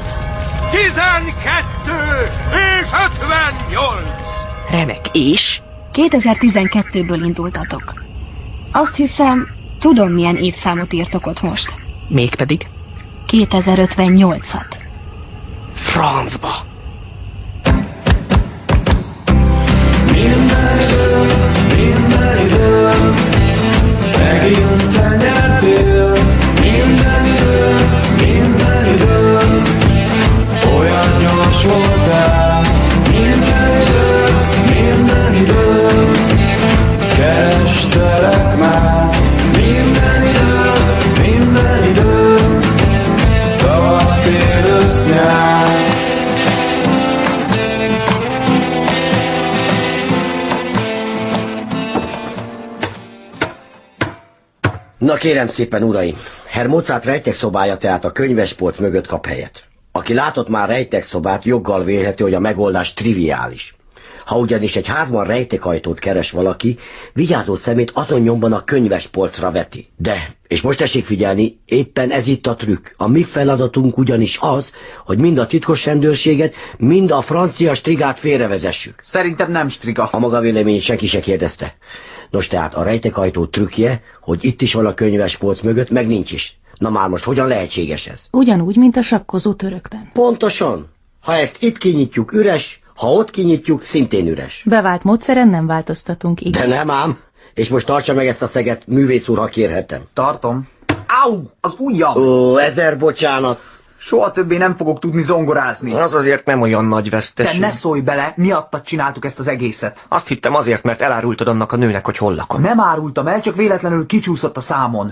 Speaker 17: Tizenkettő és ötvennyolc!
Speaker 23: Remek, és?
Speaker 10: kétezer-tizenkettőből indultatok. Azt hiszem, tudom, milyen évszámot írtok ott most.
Speaker 23: Mégpedig?
Speaker 10: kétezer-ötvennyolcat.
Speaker 23: Francba!
Speaker 4: Minden idő, minden idő, megint te nyertél. Minden idő, minden idő, olyan gyors voltál. Minden idő, minden idő, kerestelek már. Minden idő, minden idő, tavasz, tél, ősz, nyár.
Speaker 18: Na kérem szépen, uraim, Herr Mozart rejtekszobája tehát a könyvespolc mögött kap helyet. Aki látott már rejtekszobát, joggal vélhető, hogy a megoldás triviális. Ha ugyanis egy házban rejtekajtót keres valaki, vigyázó szemét azon nyomban a könyvespolcra veti. De, és most tessék figyelni, éppen ez itt a trükk. A mi feladatunk ugyanis az, hogy mind a titkos rendőrséget, mind a francia strigát félrevezessük.
Speaker 3: Szerintem nem striga.
Speaker 18: A maga véleményét senki se kérdezte. Nos tehát a rejtekajtó trükkje, hogy itt is van a könyvespolc mögött, meg nincs is. Na már most hogyan lehetséges ez?
Speaker 14: Ugyanúgy, mint a sakkozó törökben.
Speaker 18: Pontosan. Ha ezt itt kinyitjuk, üres, ha ott kinyitjuk, szintén üres.
Speaker 14: Bevált módszeren nem változtatunk, igen.
Speaker 18: De nem ám. És most tartsa meg ezt a szeget, művész úr, ha kérhetem.
Speaker 3: Tartom. Au, az ujjam!
Speaker 18: Ó, ezer bocsánat.
Speaker 3: Soha többé nem fogok tudni zongorázni.
Speaker 6: Az azért nem olyan nagy veszteség.
Speaker 3: Te ne szólj bele, miattad csináltuk ezt az egészet.
Speaker 6: Azt hittem azért, mert elárultad annak a nőnek, hogy hol lakom.
Speaker 3: Nem árultam el, csak véletlenül kicsúszott a számon.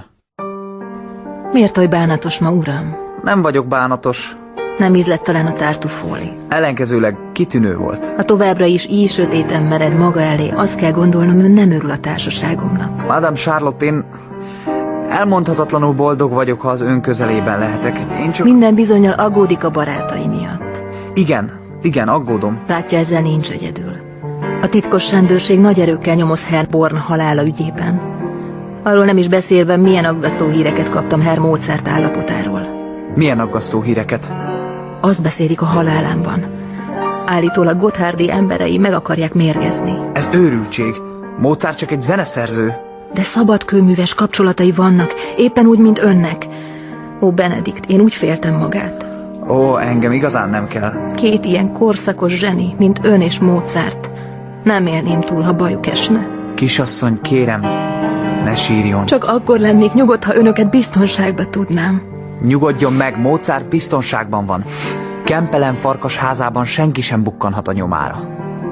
Speaker 1: Miért oly bánatos ma, uram?
Speaker 3: Nem vagyok bánatos.
Speaker 1: Nem ízlett talán a tártufóli?
Speaker 3: Ellenkezőleg kitűnő volt.
Speaker 1: Ha továbbra is így sötéten mered maga elé, azt kell gondolnom, ön nem örül a társaságomnak.
Speaker 3: Madame Charlotte, én elmondhatatlanul boldog vagyok, ha az ön közelében lehetek. Én csak...
Speaker 1: Minden bizonnyal aggódik a barátai miatt.
Speaker 3: Igen, igen, aggódom.
Speaker 1: Látja, ezzel nincs egyedül. A titkos rendőrség nagy erőkkel nyomoz Herr Born halála ügyében. Arról nem is beszélve, milyen aggasztó híreket kaptam Herr Mozart állapotáról.
Speaker 3: Milyen aggasztó híreket?
Speaker 1: Azt beszélik a halálán van. Állítólag Gotthárdi emberei meg akarják mérgezni.
Speaker 3: Ez őrültség. Mozart csak egy zeneszerző.
Speaker 1: De szabadkőműves kapcsolatai vannak, éppen úgy, mint önnek. Ó, Benedikt, én úgy féltem magát.
Speaker 3: Ó, engem igazán nem kell.
Speaker 1: Két ilyen korszakos zseni, mint ön és Mozart. Nem élném túl, ha bajuk esne.
Speaker 3: Kisasszony, kérem, ne sírjon.
Speaker 1: Csak akkor lennék nyugodt, ha önöket biztonságba tudnám.
Speaker 3: Nyugodjon meg, Mozart biztonságban van. Kempelen farkas házában senki sem bukkanhat a nyomára.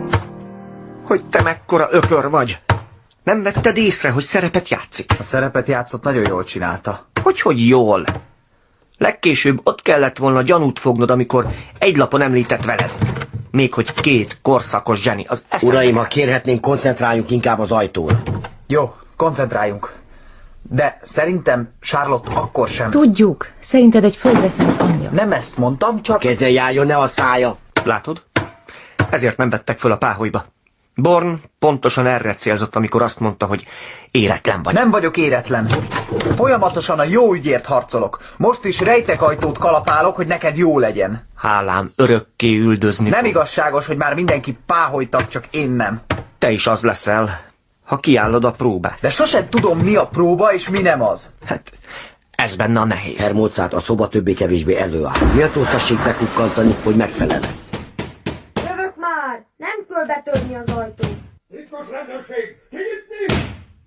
Speaker 6: Hogy te mekkora ökör vagy? Nem vetted észre, hogy szerepet játszik?
Speaker 3: A szerepet játszott, nagyon jól csinálta.
Speaker 6: Hogyhogy jól? Legkésőbb ott kellett volna gyanút fognod, amikor egy lapon említett veled. Még hogy két korszakos zseni. Az
Speaker 18: Uraim, ha kérhetnénk, koncentráljunk inkább az ajtóra.
Speaker 3: Jó, koncentráljunk. De szerintem Charlotte akkor sem.
Speaker 14: Tudjuk. Szerinted egy földre szállt angyal.
Speaker 3: Nem ezt mondtam, csak...
Speaker 18: Kezelj álljon, ne a szája.
Speaker 6: Látod? Ezért nem vettek föl a páholyba. Born pontosan erre célzott, amikor azt mondta, hogy éretlen vagy.
Speaker 3: Nem vagyok éretlen. Folyamatosan a jó ügyért harcolok. Most is rejtekajtót kalapálok, hogy neked jó legyen.
Speaker 6: Hálám örökké üldözni
Speaker 3: Nem
Speaker 6: fog.
Speaker 3: igazságos, hogy már mindenki páholytag, csak én nem.
Speaker 6: Te is az leszel, ha kiállod a próbát.
Speaker 3: De sosem tudom, mi a próba és mi nem az.
Speaker 6: Hát, ez benne a nehéz.
Speaker 18: Herr Mozart, a szoba többé-kevésbé előáll. Méltóztassék megkukkantani, hogy megfelel.
Speaker 8: Jövök már! Nem kell betörni az ajtót.
Speaker 21: Titkos rendőrség! Kinyitni!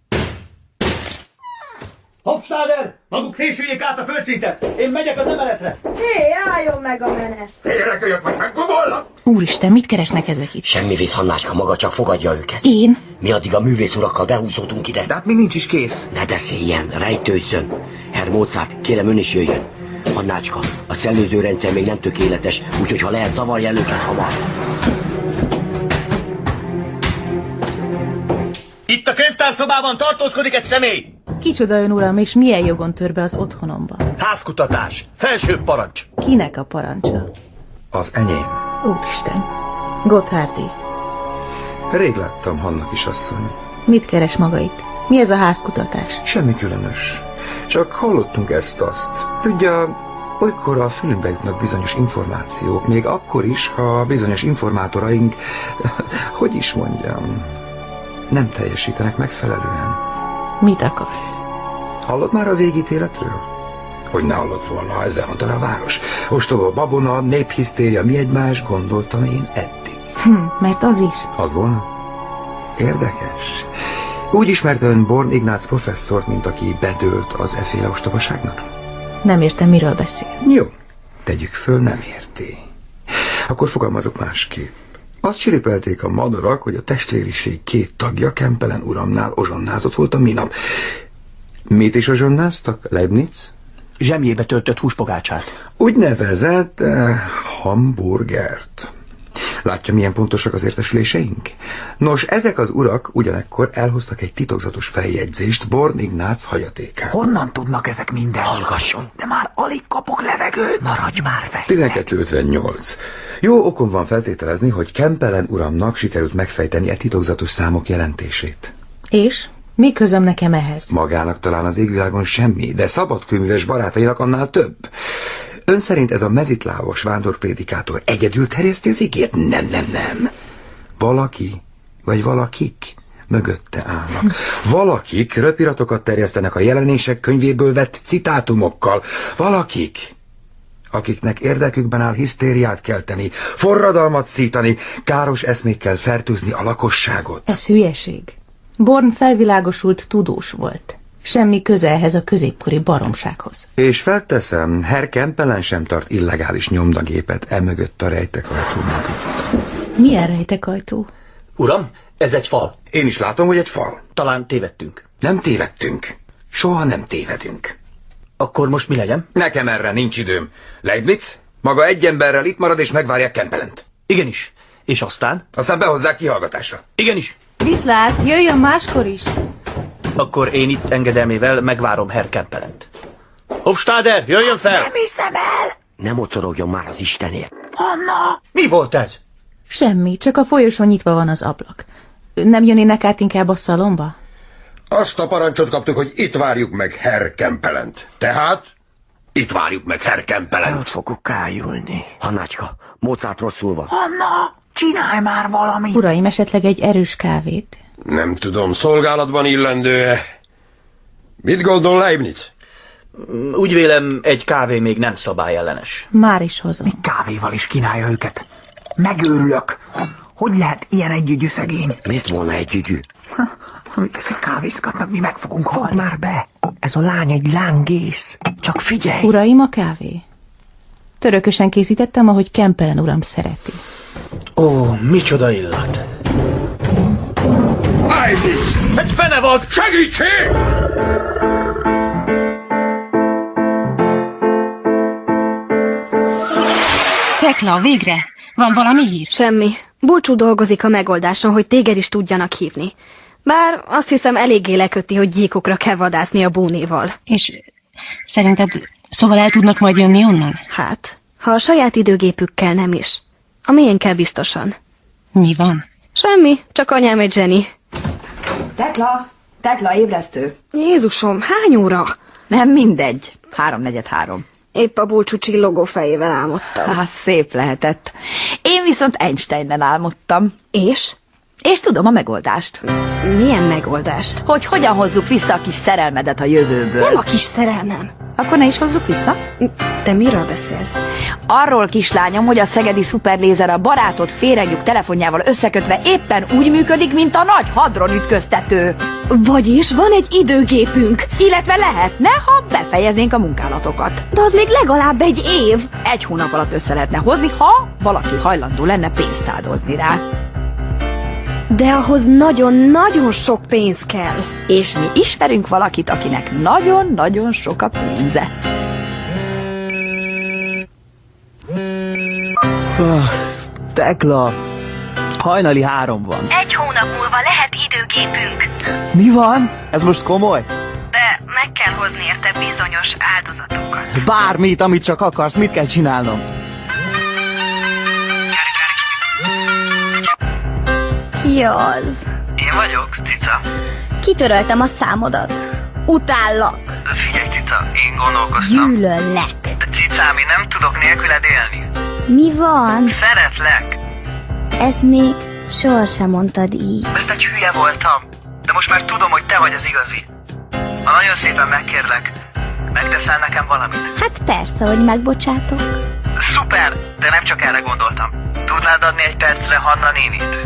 Speaker 21: Hofstadter! Maguk fésüljék át a földszintet! Én megyek az emeletre!
Speaker 8: Hé, álljon meg a menet!
Speaker 21: Félrekölyök, vagy meggomolnak!
Speaker 14: Úristen, mit keresnek ezek itt?
Speaker 18: Semmi víz, Hannáska, maga csak fogadja őket.
Speaker 14: Én?
Speaker 18: Mi addig a művész urakkal behúzódunk ide.
Speaker 3: De hát még nincs is kész.
Speaker 18: Ne beszéljen, rejtőzzön. Herr Mozart, kérem ön is jöjjön. Annácska, a szellőző rendszer még nem tökéletes, úgyhogy ha lehet, zavarja el őket hamar.
Speaker 21: Itt a könyvtárszobában tartózkodik egy személy!
Speaker 14: Kicsoda ön, uram, és milyen jogon tör be az otthonomba?
Speaker 21: Házkutatás. Felső parancs.
Speaker 14: Kinek a parancsa?
Speaker 9: Az enyém.
Speaker 14: Úristen. Gotthárdi.
Speaker 9: Rég láttam, Hanna kisasszony.
Speaker 14: Mit keres maga itt? Mi ez a házkutatás?
Speaker 9: Semmi különös. Csak hallottunk ezt-azt. Tudja, olykor a fülünkbe jutnak bizonyos információk, még akkor is, ha bizonyos informátoraink, hogy is mondjam, nem teljesítenek megfelelően.
Speaker 14: Mit akar?
Speaker 9: Hallott már a végítéletről? Hogy ne hallott volna, ha ezzel mondta a város. Ostoba babona, néphisztéria, mi egymás, gondoltam én eddig.
Speaker 14: Hm, mert az is.
Speaker 9: Az volna? Érdekes. Úgy ismerte ön Born Ignác professzort, mint aki bedőlt az efféle ostobaságnak?
Speaker 14: Nem értem, miről beszél.
Speaker 9: Jó, tegyük föl, nem érti. Akkor fogalmazok másképp. Azt csiripelték a madarak, hogy a testvériség két tagja Kempelen uramnál ozsonnázott volt a minap. Mit is ozsonnáztak? Leibniz?
Speaker 21: Zsemjébe töltött húspogácsát.
Speaker 9: Úgynevezett eh, hamburgert. Látja, milyen pontosak az értesüléseink? Nos, ezek az urak ugyanekkor elhoztak egy titokzatos feljegyzést Born Ignác hagyatékán.
Speaker 7: Honnan tudnak ezek mindent?
Speaker 18: Hallgasson.
Speaker 7: De már alig kapok levegőt. Maradj már fesznek.
Speaker 9: tizenkettő ötvennyolc. Jó okom van feltételezni, hogy Kempelen uramnak sikerült megfejteni e titokzatos számok jelentését.
Speaker 14: És? Mi közöm nekem ehhez?
Speaker 9: Magának talán az égvilágon semmi, de szabadkőműves barátainak annál több. Ön szerint ez a mezitlábos vándorprédikátor egyedül terjeszti az igét? Nem, nem, nem. Valaki, vagy valakik mögötte állnak. Valakik röpiratokat terjesztenek a jelenések könyvéből vett citátumokkal. Valakik, akiknek érdekükben áll hisztériát kelteni, forradalmat szítani, káros eszmékkel fertőzni a lakosságot.
Speaker 14: Ez hülyeség. Born felvilágosult tudós volt. Semmi köze ehhez a középkori baromsághoz.
Speaker 9: És felteszem, Herr Kempelen sem tart illegális nyomdagépet emögött a rejtekajtó mögött.
Speaker 14: Milyen rejtekajtó?
Speaker 7: Uram, ez egy fal.
Speaker 9: Én is látom, hogy egy fal.
Speaker 7: Talán tévedtünk.
Speaker 9: Nem tévedtünk. Soha nem tévedünk.
Speaker 7: Akkor most mi legyen?
Speaker 9: Nekem erre nincs időm. Leibniz, maga egy emberrel itt marad és megvárják Kempelent.
Speaker 7: Igenis. És aztán?
Speaker 9: Aztán behozzák kihallgatásra.
Speaker 7: Igenis.
Speaker 14: Viszlát, jöjjön máskor is.
Speaker 7: Akkor én itt engedelmével megvárom Herr Kempelent. Hofstadter, jöjjön fel!
Speaker 24: Nem hiszem el!
Speaker 18: Ne mocorogjon már az Istenért.
Speaker 24: Anna!
Speaker 7: Mi volt ez?
Speaker 14: Semmi, csak a folyosón nyitva van az ablak. Nem jönnének át inkább a szalomba?
Speaker 17: Azt a parancsot kaptuk, hogy itt várjuk meg Herr Kempelent. Tehát itt várjuk meg Herr Kempelent.
Speaker 24: Ott fogok ájulni.
Speaker 18: Hannácska, Mozart rosszul van.
Speaker 24: Anna, csinálj már valamit!
Speaker 14: Uraim, esetleg egy erős kávét?
Speaker 17: Nem tudom, szolgálatban illendő-e. Mit gondol Leibniz?
Speaker 7: Úgy vélem, egy kávé még nem szabályellenes.
Speaker 14: Már is hozom.
Speaker 7: Még kávéval is kínálja őket. Megőrülök. Hogy lehet ilyen együgyű szegény?
Speaker 18: Miért volna együgyű?
Speaker 7: Amíg ezek kávézgatnak, mi meg fogunk halni.
Speaker 24: Fogd már be! Ez a lány egy lángész. Csak figyelj!
Speaker 14: Uraim, a kávé? Törökösen készítettem, ahogy Kempelen uram szereti.
Speaker 7: Ó, micsoda illat!
Speaker 17: Leibniz!
Speaker 7: Egy fenevad!
Speaker 17: Segítség!
Speaker 10: Tekla, végre! Van valami hír?
Speaker 12: Semmi. Bulcsú dolgozik a megoldáson, hogy téged is tudjanak hívni. Bár azt hiszem eléggé leköti, hogy gyíkokra kell vadászni a búnéval.
Speaker 10: És szerinted szóval el tudnak majd jönni onnan?
Speaker 12: Hát, ha a saját időgépükkel nem is. A miénkkel biztosan.
Speaker 10: Mi van?
Speaker 12: Semmi, csak anyám egy zseni.
Speaker 5: Tekla! Tekla, ébresztő!
Speaker 12: Jézusom, hány óra?
Speaker 5: Nem mindegy. Háromnegyed három.
Speaker 12: Épp a Bulcsú csillogó fejével álmodtam.
Speaker 5: Hát szép lehetett. Én viszont Einsteinnen álmodtam.
Speaker 12: És?
Speaker 5: És tudom a megoldást.
Speaker 12: Milyen megoldást?
Speaker 5: Hogy hogyan hozzuk vissza a kis szerelmedet a jövőből.
Speaker 12: Nem a kis szerelmem.
Speaker 5: Akkor ne is hozzuk vissza?
Speaker 12: De miről beszélsz?
Speaker 5: Arról, kislányom, hogy a szegedi szuperlézer a barátod féreglyuk telefonjával összekötve éppen úgy működik, mint a nagy hadron ütköztető.
Speaker 12: Vagyis van egy időgépünk.
Speaker 5: Illetve lehetne, ha befejeznénk a munkálatokat.
Speaker 12: De az még legalább egy év.
Speaker 5: Egy hónap alatt össze lehetne hozni, ha valaki hajlandó lenne pénzt áldozni rá.
Speaker 12: De ahhoz nagyon-nagyon sok pénz kell.
Speaker 5: És mi ismerünk valakit, akinek nagyon-nagyon sok a pénze.
Speaker 3: Oh, Tekla, hajnali három van.
Speaker 12: Egy hónap múlva lehet időgépünk.
Speaker 3: Mi van? Ez most komoly?
Speaker 12: De meg kell hozni érte bizonyos áldozatokat.
Speaker 3: Bármit, amit csak akarsz, mit kell csinálnom?
Speaker 8: Ki az?
Speaker 11: Én vagyok, cica.
Speaker 8: Kitöröltem a számodat. Utállak.
Speaker 11: De figyelj, cica, én gondolkoztam.
Speaker 8: Gyűlöllek.
Speaker 11: De cicám, én nem tudok nélküled élni.
Speaker 8: Mi van?
Speaker 11: Szeretlek.
Speaker 8: Ezt még sohasem mondtad így.
Speaker 11: Mert egy hülye voltam. De most már tudom, hogy te vagy az igazi. Ha nagyon szépen megkérlek, megteszel nekem valamit?
Speaker 8: Hát persze, hogy megbocsátok.
Speaker 11: Szuper, de nem csak erre gondoltam. Tudnád adni egy percre Hanna nénit?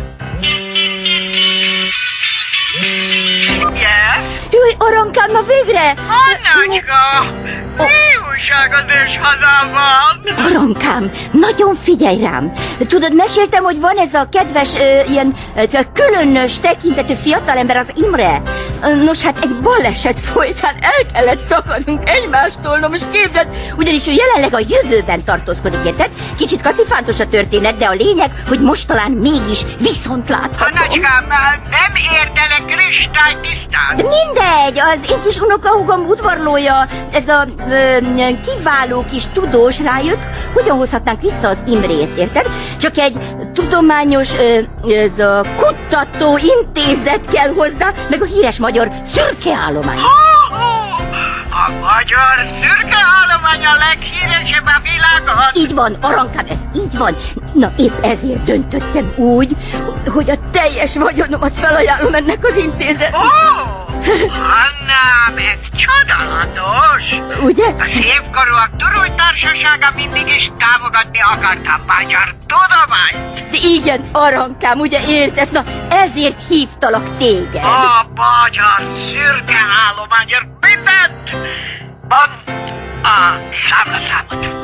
Speaker 11: Yes?
Speaker 8: Jaj, Arankám, na végre!
Speaker 11: Annacska! Mi újság az ős hazában?
Speaker 8: Arankám, nagyon figyelj rám! Tudod, meséltem, hogy van ez a kedves, ö, ilyen ö, különös tekintetű fiatalember, az Imre.
Speaker 15: Nos, hát egy baleset folytán el kellett szakadnunk egymástól, no most képzeld, ugyanis ő jelenleg a jövőben tartózkodik, érted? Kicsit kacifántos a történet, de a lényeg, hogy most talán mégis viszont láthatom.
Speaker 16: A nagykám nem értenek kristálytisztán.
Speaker 15: De mindegy, az én kis unokahúgom udvarlója, ez a ö, kiváló kis tudós rájött, hogyan hozhatnánk vissza az Imrét, érted? Csak egy tudományos ö, ez a kutató intézet kell hozzá, meg a híres magyar szürke állomány.
Speaker 16: Oh, oh, a magyar szürke állomány a leghíresebb a világon.
Speaker 15: Így van, Arankám, ez így van. Na, épp ezért döntöttem úgy, hogy a teljes vagyonomat felajánlom ennek az intézetnek.
Speaker 16: Oh, Annám, ez csodálatos.
Speaker 15: Ugye?
Speaker 16: A szépkorúak turultársasága mindig is támogatni akarta a magyar tudományt.
Speaker 15: De igen, Arankám, ugye értesz? Na, ezért hívtalak téged.
Speaker 16: A magyar szürke állományért mindent. Mondd a számlaszámot.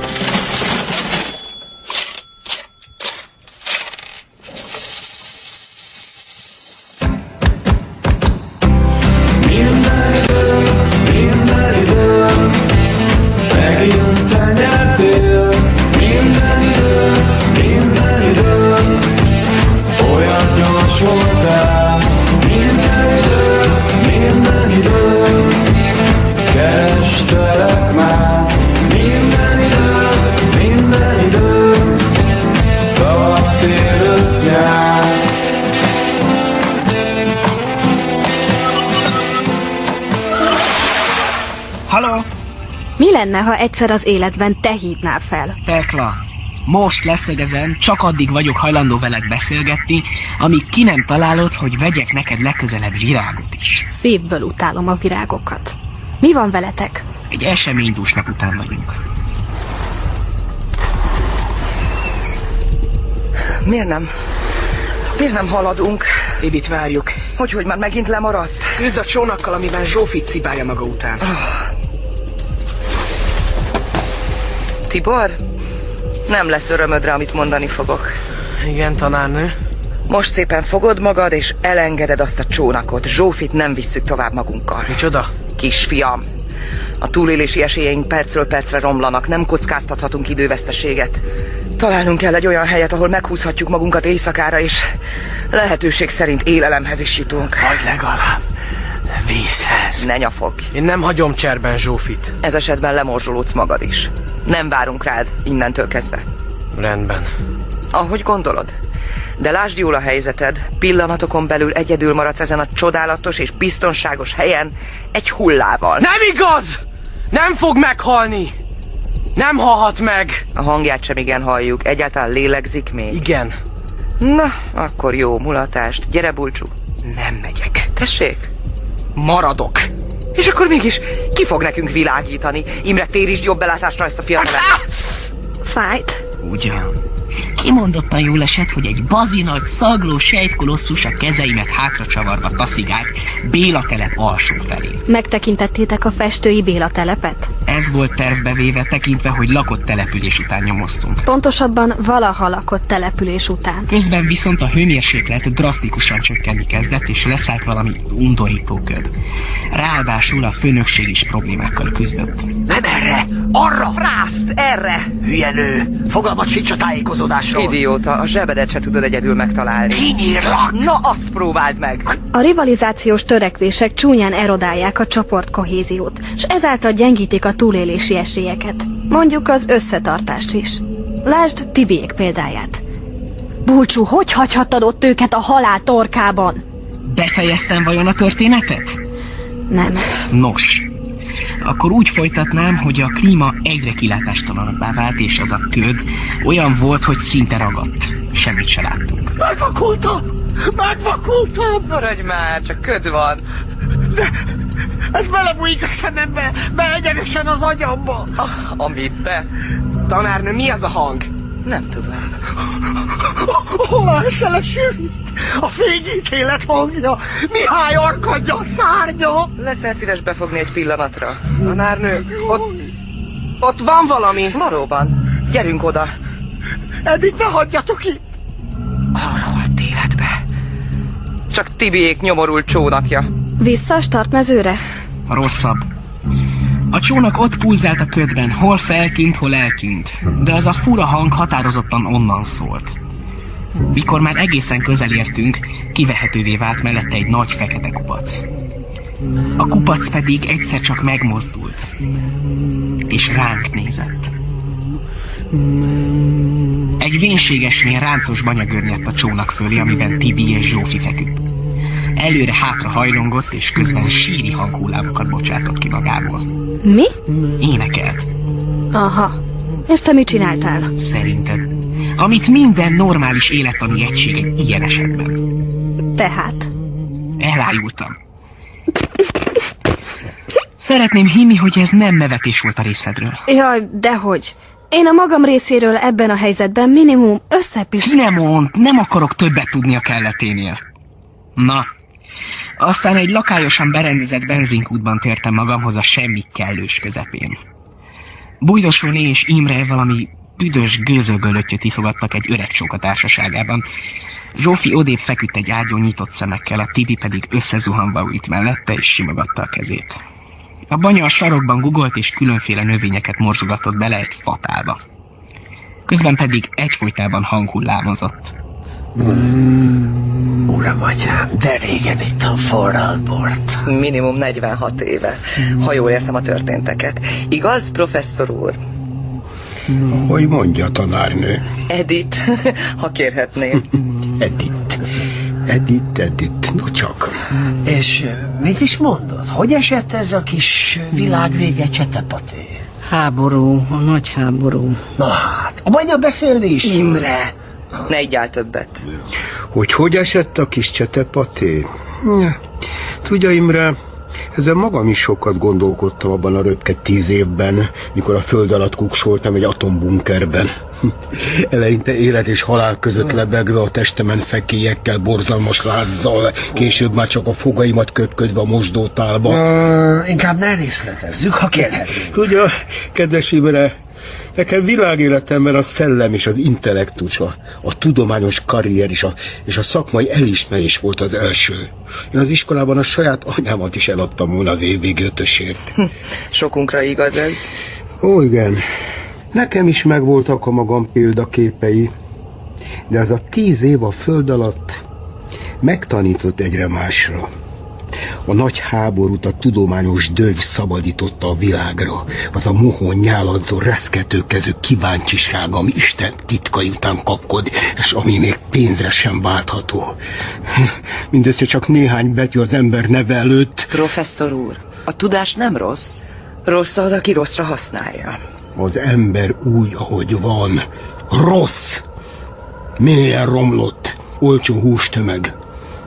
Speaker 4: Minden idők, minden idők, megint te nyertél. Minden idők, minden idők, olyan gyors voltál. Minden idők, minden idők, kerestelek már. Minden idők, minden idők, tavasz, tél, ősz, nyár.
Speaker 23: Halló?
Speaker 12: Mi lenne, ha egyszer az életben te hívnál fel?
Speaker 23: Tekla, most leszögezem, csak addig vagyok hajlandó veled beszélgetni, amíg ki nem találod, hogy vegyek neked legközelebb virágot is.
Speaker 12: Szívből utálom a virágokat. Mi van veletek?
Speaker 23: Egy eseménydús nap után vagyunk.
Speaker 24: Miért nem? Miért nem haladunk?
Speaker 23: Tibit várjuk.
Speaker 24: Hogy, hogy már megint lemaradt?
Speaker 23: Küzd a csónakkal, amiben Zsófit cipálja maga után.
Speaker 24: Oh. Tibor? Nem lesz örömödre, amit mondani fogok.
Speaker 23: Igen, tanárnő.
Speaker 24: Most szépen fogod magad, és elengeded azt a csónakot. Zsófit nem visszük tovább magunkkal.
Speaker 23: Micsoda?
Speaker 24: Kisfiam, a túlélési esélyeink percről percre romlanak, nem kockáztathatunk időveszteséget. Találnunk kell egy olyan helyet, ahol meghúzhatjuk magunkat éjszakára, és lehetőség szerint élelemhez is jutunk.
Speaker 23: Vagy legalább vízhez.
Speaker 24: Ne nyafogj.
Speaker 23: Én nem hagyom cserben Zsófit.
Speaker 24: Ez esetben lemorzsolódsz magad is. Nem várunk rád innentől kezdve.
Speaker 23: Rendben.
Speaker 24: Ahogy gondolod. De lásd jól a helyzeted, pillanatokon belül egyedül maradsz ezen a csodálatos és biztonságos helyen egy hullával.
Speaker 23: Nem igaz! Nem fog meghalni! Nem halhat meg!
Speaker 24: A hangját sem igen halljuk. Egyáltalán lélegzik még?
Speaker 23: Igen.
Speaker 24: Na, akkor jó mulatást. Gyere, Bulcsú.
Speaker 23: Nem megyek.
Speaker 24: Tessék?
Speaker 23: Maradok.
Speaker 24: És akkor mégis ki fog nekünk világítani? Imre, térítsd jobb belátásra ezt a fiatalember.
Speaker 12: Fájt?
Speaker 23: Ugyan. Kimondottan jól esett, hogy egy bazinagy, szagló sejtkolosszus a kezeimet hátra csavarva taszigált Béla telep alsó felé.
Speaker 12: Megtekintettétek a festői Béla telepet?
Speaker 23: Ez volt tervbe véve, tekintve, hogy lakott település után nyomoztunk.
Speaker 12: Pontosabban valaha lakott település után.
Speaker 23: Közben viszont a hőmérséklet drasztikusan csökkenni kezdett, és leszállt valami undorító köd. Ráadásul a főnökség is problémákkal küzdött.
Speaker 24: Nem erre! Arra! Frászt! Erre!
Speaker 23: Hülye nő! Fogalmat sincs a tájékozódásról!
Speaker 24: Idióta, a zsebedet se tudod egyedül megtalálni.
Speaker 23: Kinyírlak!
Speaker 24: Na, azt próbáld meg!
Speaker 12: A rivalizációs törekvések csúnyán erodálják a csoportkohéziót, és ezáltal gyengítik a túlélési esélyeket. Mondjuk az összetartást is. Lásd Tibiék példáját. Bulcsú, hogy hagyhattad ott őket a halál torkában?
Speaker 23: Befejeztem vajon a történetet?
Speaker 12: Nem.
Speaker 23: Nos, akkor úgy folytatnám, hogy a klíma egyre kilátástalanabbá vált, és az a köd olyan volt, hogy szinte ragadt. Semmit se láttunk.
Speaker 24: Megvakultam! Megvakultam! Maradj már, csak köd van. De ez belebújik a szemembe, be egyenesen az agyamba. Ah, amibe?
Speaker 23: Tanárnő, mi az a hang?
Speaker 24: Nem tudom. Hová eszel a sűvít? A fényítélet hangja, Mihály Arkadja szárnya. Leszel szíves befogni egy pillanatra?
Speaker 23: Tanárnő, ott, ott van valami.
Speaker 24: Valóban. Gyerünk oda. Eddig ne hagyjatok itt. Arra a életbe. Csak Tibiék nyomorult csónakja.
Speaker 12: Vissza a startmezőre?
Speaker 23: Rosszabb. A csónak ott pulzált a ködben, hol feltűnt, hol eltűnt, de az a fura hang határozottan onnan szólt. Mikor már egészen közel értünk, kivehetővé vált mellette egy nagy fekete kupac. A kupac pedig egyszer csak megmozdult, és ránk nézett. Egy vénségesnél ráncos banya görnyedt a csónak fölé, amiben Tibi és Zsófi feküdt. Előre-hátra hajlongott, és közben síri hanghullámokat bocsátott ki magából.
Speaker 12: Mi?
Speaker 23: Énekelt.
Speaker 12: Aha. És te mit csináltál?
Speaker 23: Szerinted? Amit minden normális élettani egység egy ilyen esetben.
Speaker 12: Tehát?
Speaker 23: Elájultam. Szeretném hinni, hogy ez nem nevetés volt a részedről.
Speaker 12: Jaj, dehogy. Én a magam részéről ebben a helyzetben minimum összepis...
Speaker 23: Nem mond, nem akarok többet tudni a kelleténél. Na, aztán egy lakályosan berendezett benzinkútban tértem magamhoz a semmi kellős közepén. Bújdosóné és Imre valami büdös gőzölgölöttyöt iszogattak egy öreg csóka társaságában. Zsófi odébb feküdt egy ágyon nyitott szemekkel, a Tibi pedig összezuhanva ült mellette és simogatta a kezét. A banya a sarokban gugolt és különféle növényeket morzsogatott bele egy fatálba. Közben pedig egyfolytában hanghullámozott.
Speaker 13: Mm, uram, atyám, de régen ittam forralt bort.
Speaker 19: Minimum negyvenhat éve, ha jól értem a történteket. Igaz, professzor úr?
Speaker 20: Hogy mondja, tanárnő?
Speaker 19: Edith, ha kérhetném.
Speaker 20: Edith. Edith, Edith, no csak.
Speaker 13: És mit is mondod? Hogy esett ez a kis világvége csetepaté?
Speaker 19: Háború, a nagy háború.
Speaker 13: Na hát, a banya beszélni is.
Speaker 19: Imre! Ne igyál többet.
Speaker 20: Hogy hogy esett a kis csetepaté? Tudja, Imre, ezzel magam is sokat gondolkodtam abban a röpke tíz évben, mikor a föld alatt kuksoltam egy atombunkerben. Eleinte élet és halál között lebegve a testemen fekélyekkel, borzalmas lázzal, később már csak a fogaimat köpködve a mosdótálba.
Speaker 13: Uh, inkább ne részletezzük, ha kérhetnénk.
Speaker 20: Tudja, kedves Imre, nekem világéletemben a szellem és az intellektus, a, a tudományos karrier és a, és a szakmai elismerés volt az első. Én az iskolában a saját anyámat is eladtam volna az évvégi ötösért.
Speaker 19: Sokunkra igaz ez?
Speaker 20: Ó, igen. Nekem is megvoltak a magam példaképei, de ez a tíz év a föld alatt megtanított egyre másra. A nagy háborút a tudományos döv szabadította a világra. Az a mohon nyáladzó, reszketőkező kíváncsiság, ami Isten titkai után kapkod, és ami még pénzre sem váltható. Mindössze csak néhány betű az ember neve előtt.
Speaker 19: Professzor úr, a tudás nem rossz. Rossz az, aki rosszra használja.
Speaker 20: Az ember úgy, ahogy van. Rossz! Mélyen romlott, olcsó hústömeg.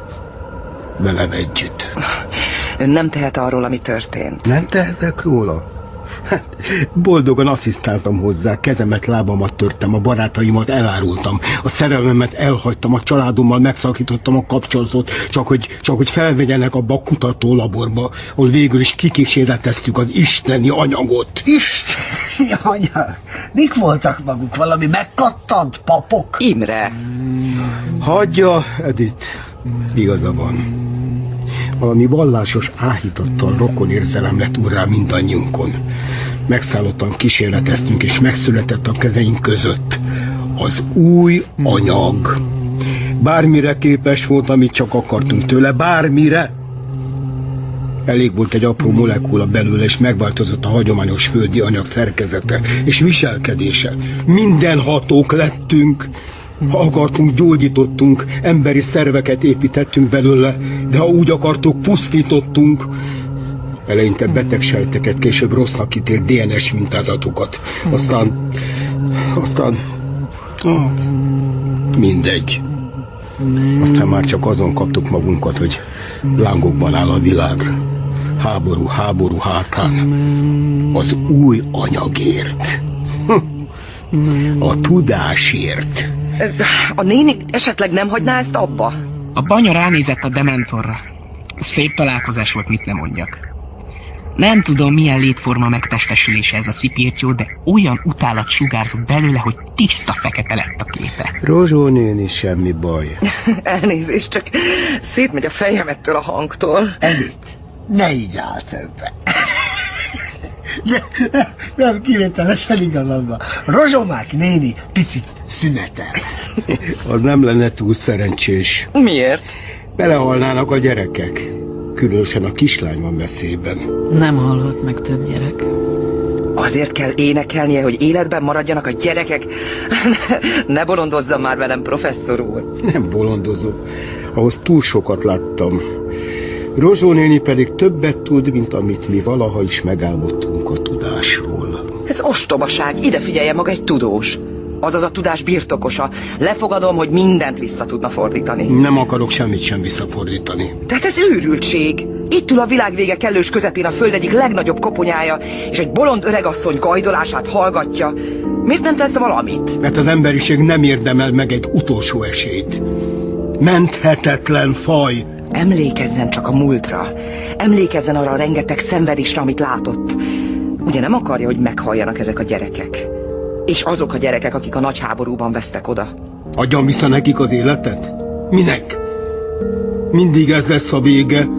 Speaker 20: Velem együtt.
Speaker 19: Ön nem tehet arról, ami történt.
Speaker 20: Nem tehetek róla? Hát, boldogan asszisztáltam hozzá, kezemet, lábamat törtem, a barátaimat elárultam, a szerelmemet elhagytam, a családommal megszakítottam a kapcsolatot, csak hogy, csak hogy felvegyenek abba a kutatólaborba, ahol végül is kikísérleteztük az isteni anyagot.
Speaker 13: Isteni anyag? Mik voltak maguk? Valami megkattant papok?
Speaker 19: Imre!
Speaker 20: Hagyja, Edith, igaza van. Valami vallásos áhítattal rokonérzelem lett urrá mindannyiunkon. Megszállottan kísérleteztünk, és megszületett a kezeink között az új anyag. Bármire képes volt, amit csak akartunk tőle, bármire. Elég volt egy apró molekula belőle, és megváltozott a hagyományos földi anyag szerkezete és viselkedése. Mindenhatók lettünk. Ha akartunk, gyógyítottunk, emberi szerveket építettünk belőle, de ha úgy akartuk, pusztítottunk. Eleinte betegsejteket, később rossznak kitér dé en es mintázatokat. Aztán... Aztán... Ah, mindegy. Aztán már csak azon kaptuk magunkat, hogy lángokban áll a világ. Háború, háború hátán. Az új anyagért. A tudásért.
Speaker 19: A néni esetleg nem hagyná ezt abba?
Speaker 23: A banya ránézett a dementorra. Szép találkozás volt, mit nem mondjak. Nem tudom, milyen létforma megtestesülése ez a szipírtyó, de olyan utálat sugárzott belőle, hogy tiszta fekete lett a képe.
Speaker 20: Rozsó néni, semmi baj.
Speaker 19: Elnézést, csak szétmegy a fejem ettől a hangtól.
Speaker 13: Edith, ne így áll többet. Ne, ne, nem kivételesen igazad van. Rozsomák néni picit szünetel.
Speaker 20: Az nem lenne túl szerencsés.
Speaker 19: Miért?
Speaker 20: Belehalnának a gyerekek. Különösen a kislány van veszélyben.
Speaker 3: Nem hallhat meg több gyerek.
Speaker 19: Azért kell énekelnie, hogy életben maradjanak a gyerekek? Ne bolondozzam már velem, professzor úr.
Speaker 20: Nem bolondozok. Ahhoz túl sokat láttam. Rozsó néni pedig többet tud, mint amit mi valaha is megálmodtunk a tudásról.
Speaker 19: Ez ostobaság, ide figyelje maga egy tudós. Azaz a tudás birtokosa. Lefogadom, hogy mindent vissza tudna fordítani.
Speaker 20: Nem akarok semmit sem visszafordítani.
Speaker 19: Tehát ez őrültség. Itt ül a világvége kellős közepén a föld egyik legnagyobb koponyája, és egy bolond öregasszony gajdolását hallgatja. Miért nem tesz valamit?
Speaker 20: Mert az emberiség nem érdemel meg egy utolsó esélyt. Menthetetlen faj.
Speaker 19: Emlékezzen csak a múltra. Emlékezzen arra a rengeteg szenvedésre, amit látott. Ugye nem akarja, hogy meghalljanak ezek a gyerekek? És azok a gyerekek, akik a nagy háborúban vesztek oda.
Speaker 20: Adjam vissza nekik az életet? Minek? Mindig ez lesz a vége.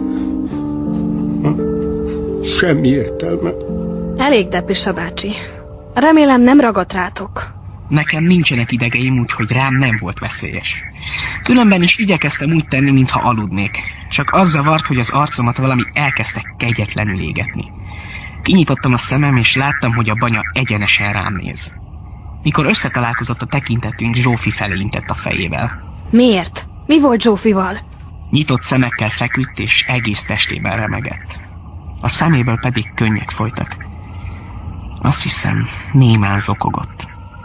Speaker 20: Semmi értelme.
Speaker 12: Elég, Depisa bácsi. Remélem nem ragadt rátok.
Speaker 23: Nekem nincsenek idegeim, úgyhogy rám nem volt veszélyes. Különben is igyekeztem úgy tenni, mintha aludnék. Csak az zavart, hogy az arcomat valami elkezdte kegyetlenül égetni. Kinyitottam a szemem, és láttam, hogy a banya egyenesen rám néz. Mikor összetalálkozott a tekintetünk, Zsófi felé intett a fejével.
Speaker 12: Miért? Mi volt Zsófival?
Speaker 23: Nyitott szemekkel feküdt, és egész testében remegett. A szeméből pedig könnyek folytak. Azt hiszem, némán zokogott.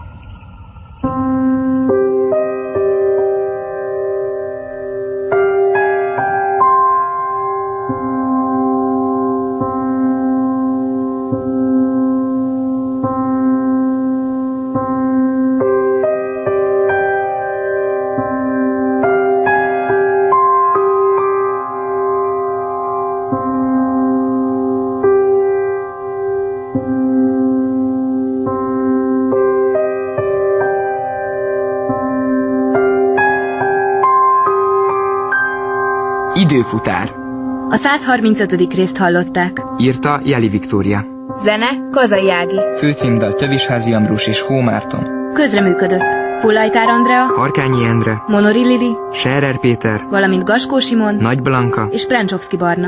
Speaker 3: Időfutár.
Speaker 1: A százharmincötödik részt hallották.
Speaker 3: Írta Jeli Viktória.
Speaker 1: Zene Kazai Ági.
Speaker 3: Főcímdal Tövisházi Ambrus és Hó Márton.
Speaker 1: Közreműködött Fullajtár Andrea,
Speaker 3: Harkányi Endre,
Speaker 1: Monori Lili,
Speaker 3: Scherer Péter,
Speaker 1: valamint Gaskó Simon,
Speaker 3: Nagy Blanka
Speaker 1: és Prencsovszki Barna.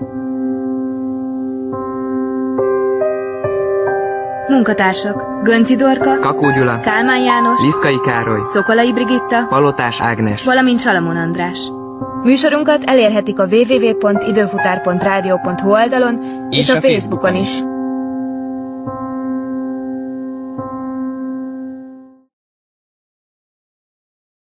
Speaker 1: Munkatársak: Gönci Dorka,
Speaker 3: Kakó Gyula,
Speaker 1: Kálmán János,
Speaker 3: Liszkai Károly,
Speaker 1: Szokolai Brigitta,
Speaker 3: Palotás Ágnes,
Speaker 1: valamint Salamon András. Műsorunkat elérhetik a double-u double-u double-u pont időfutár pont rádió pont hu oldalon és, és a Facebookon is.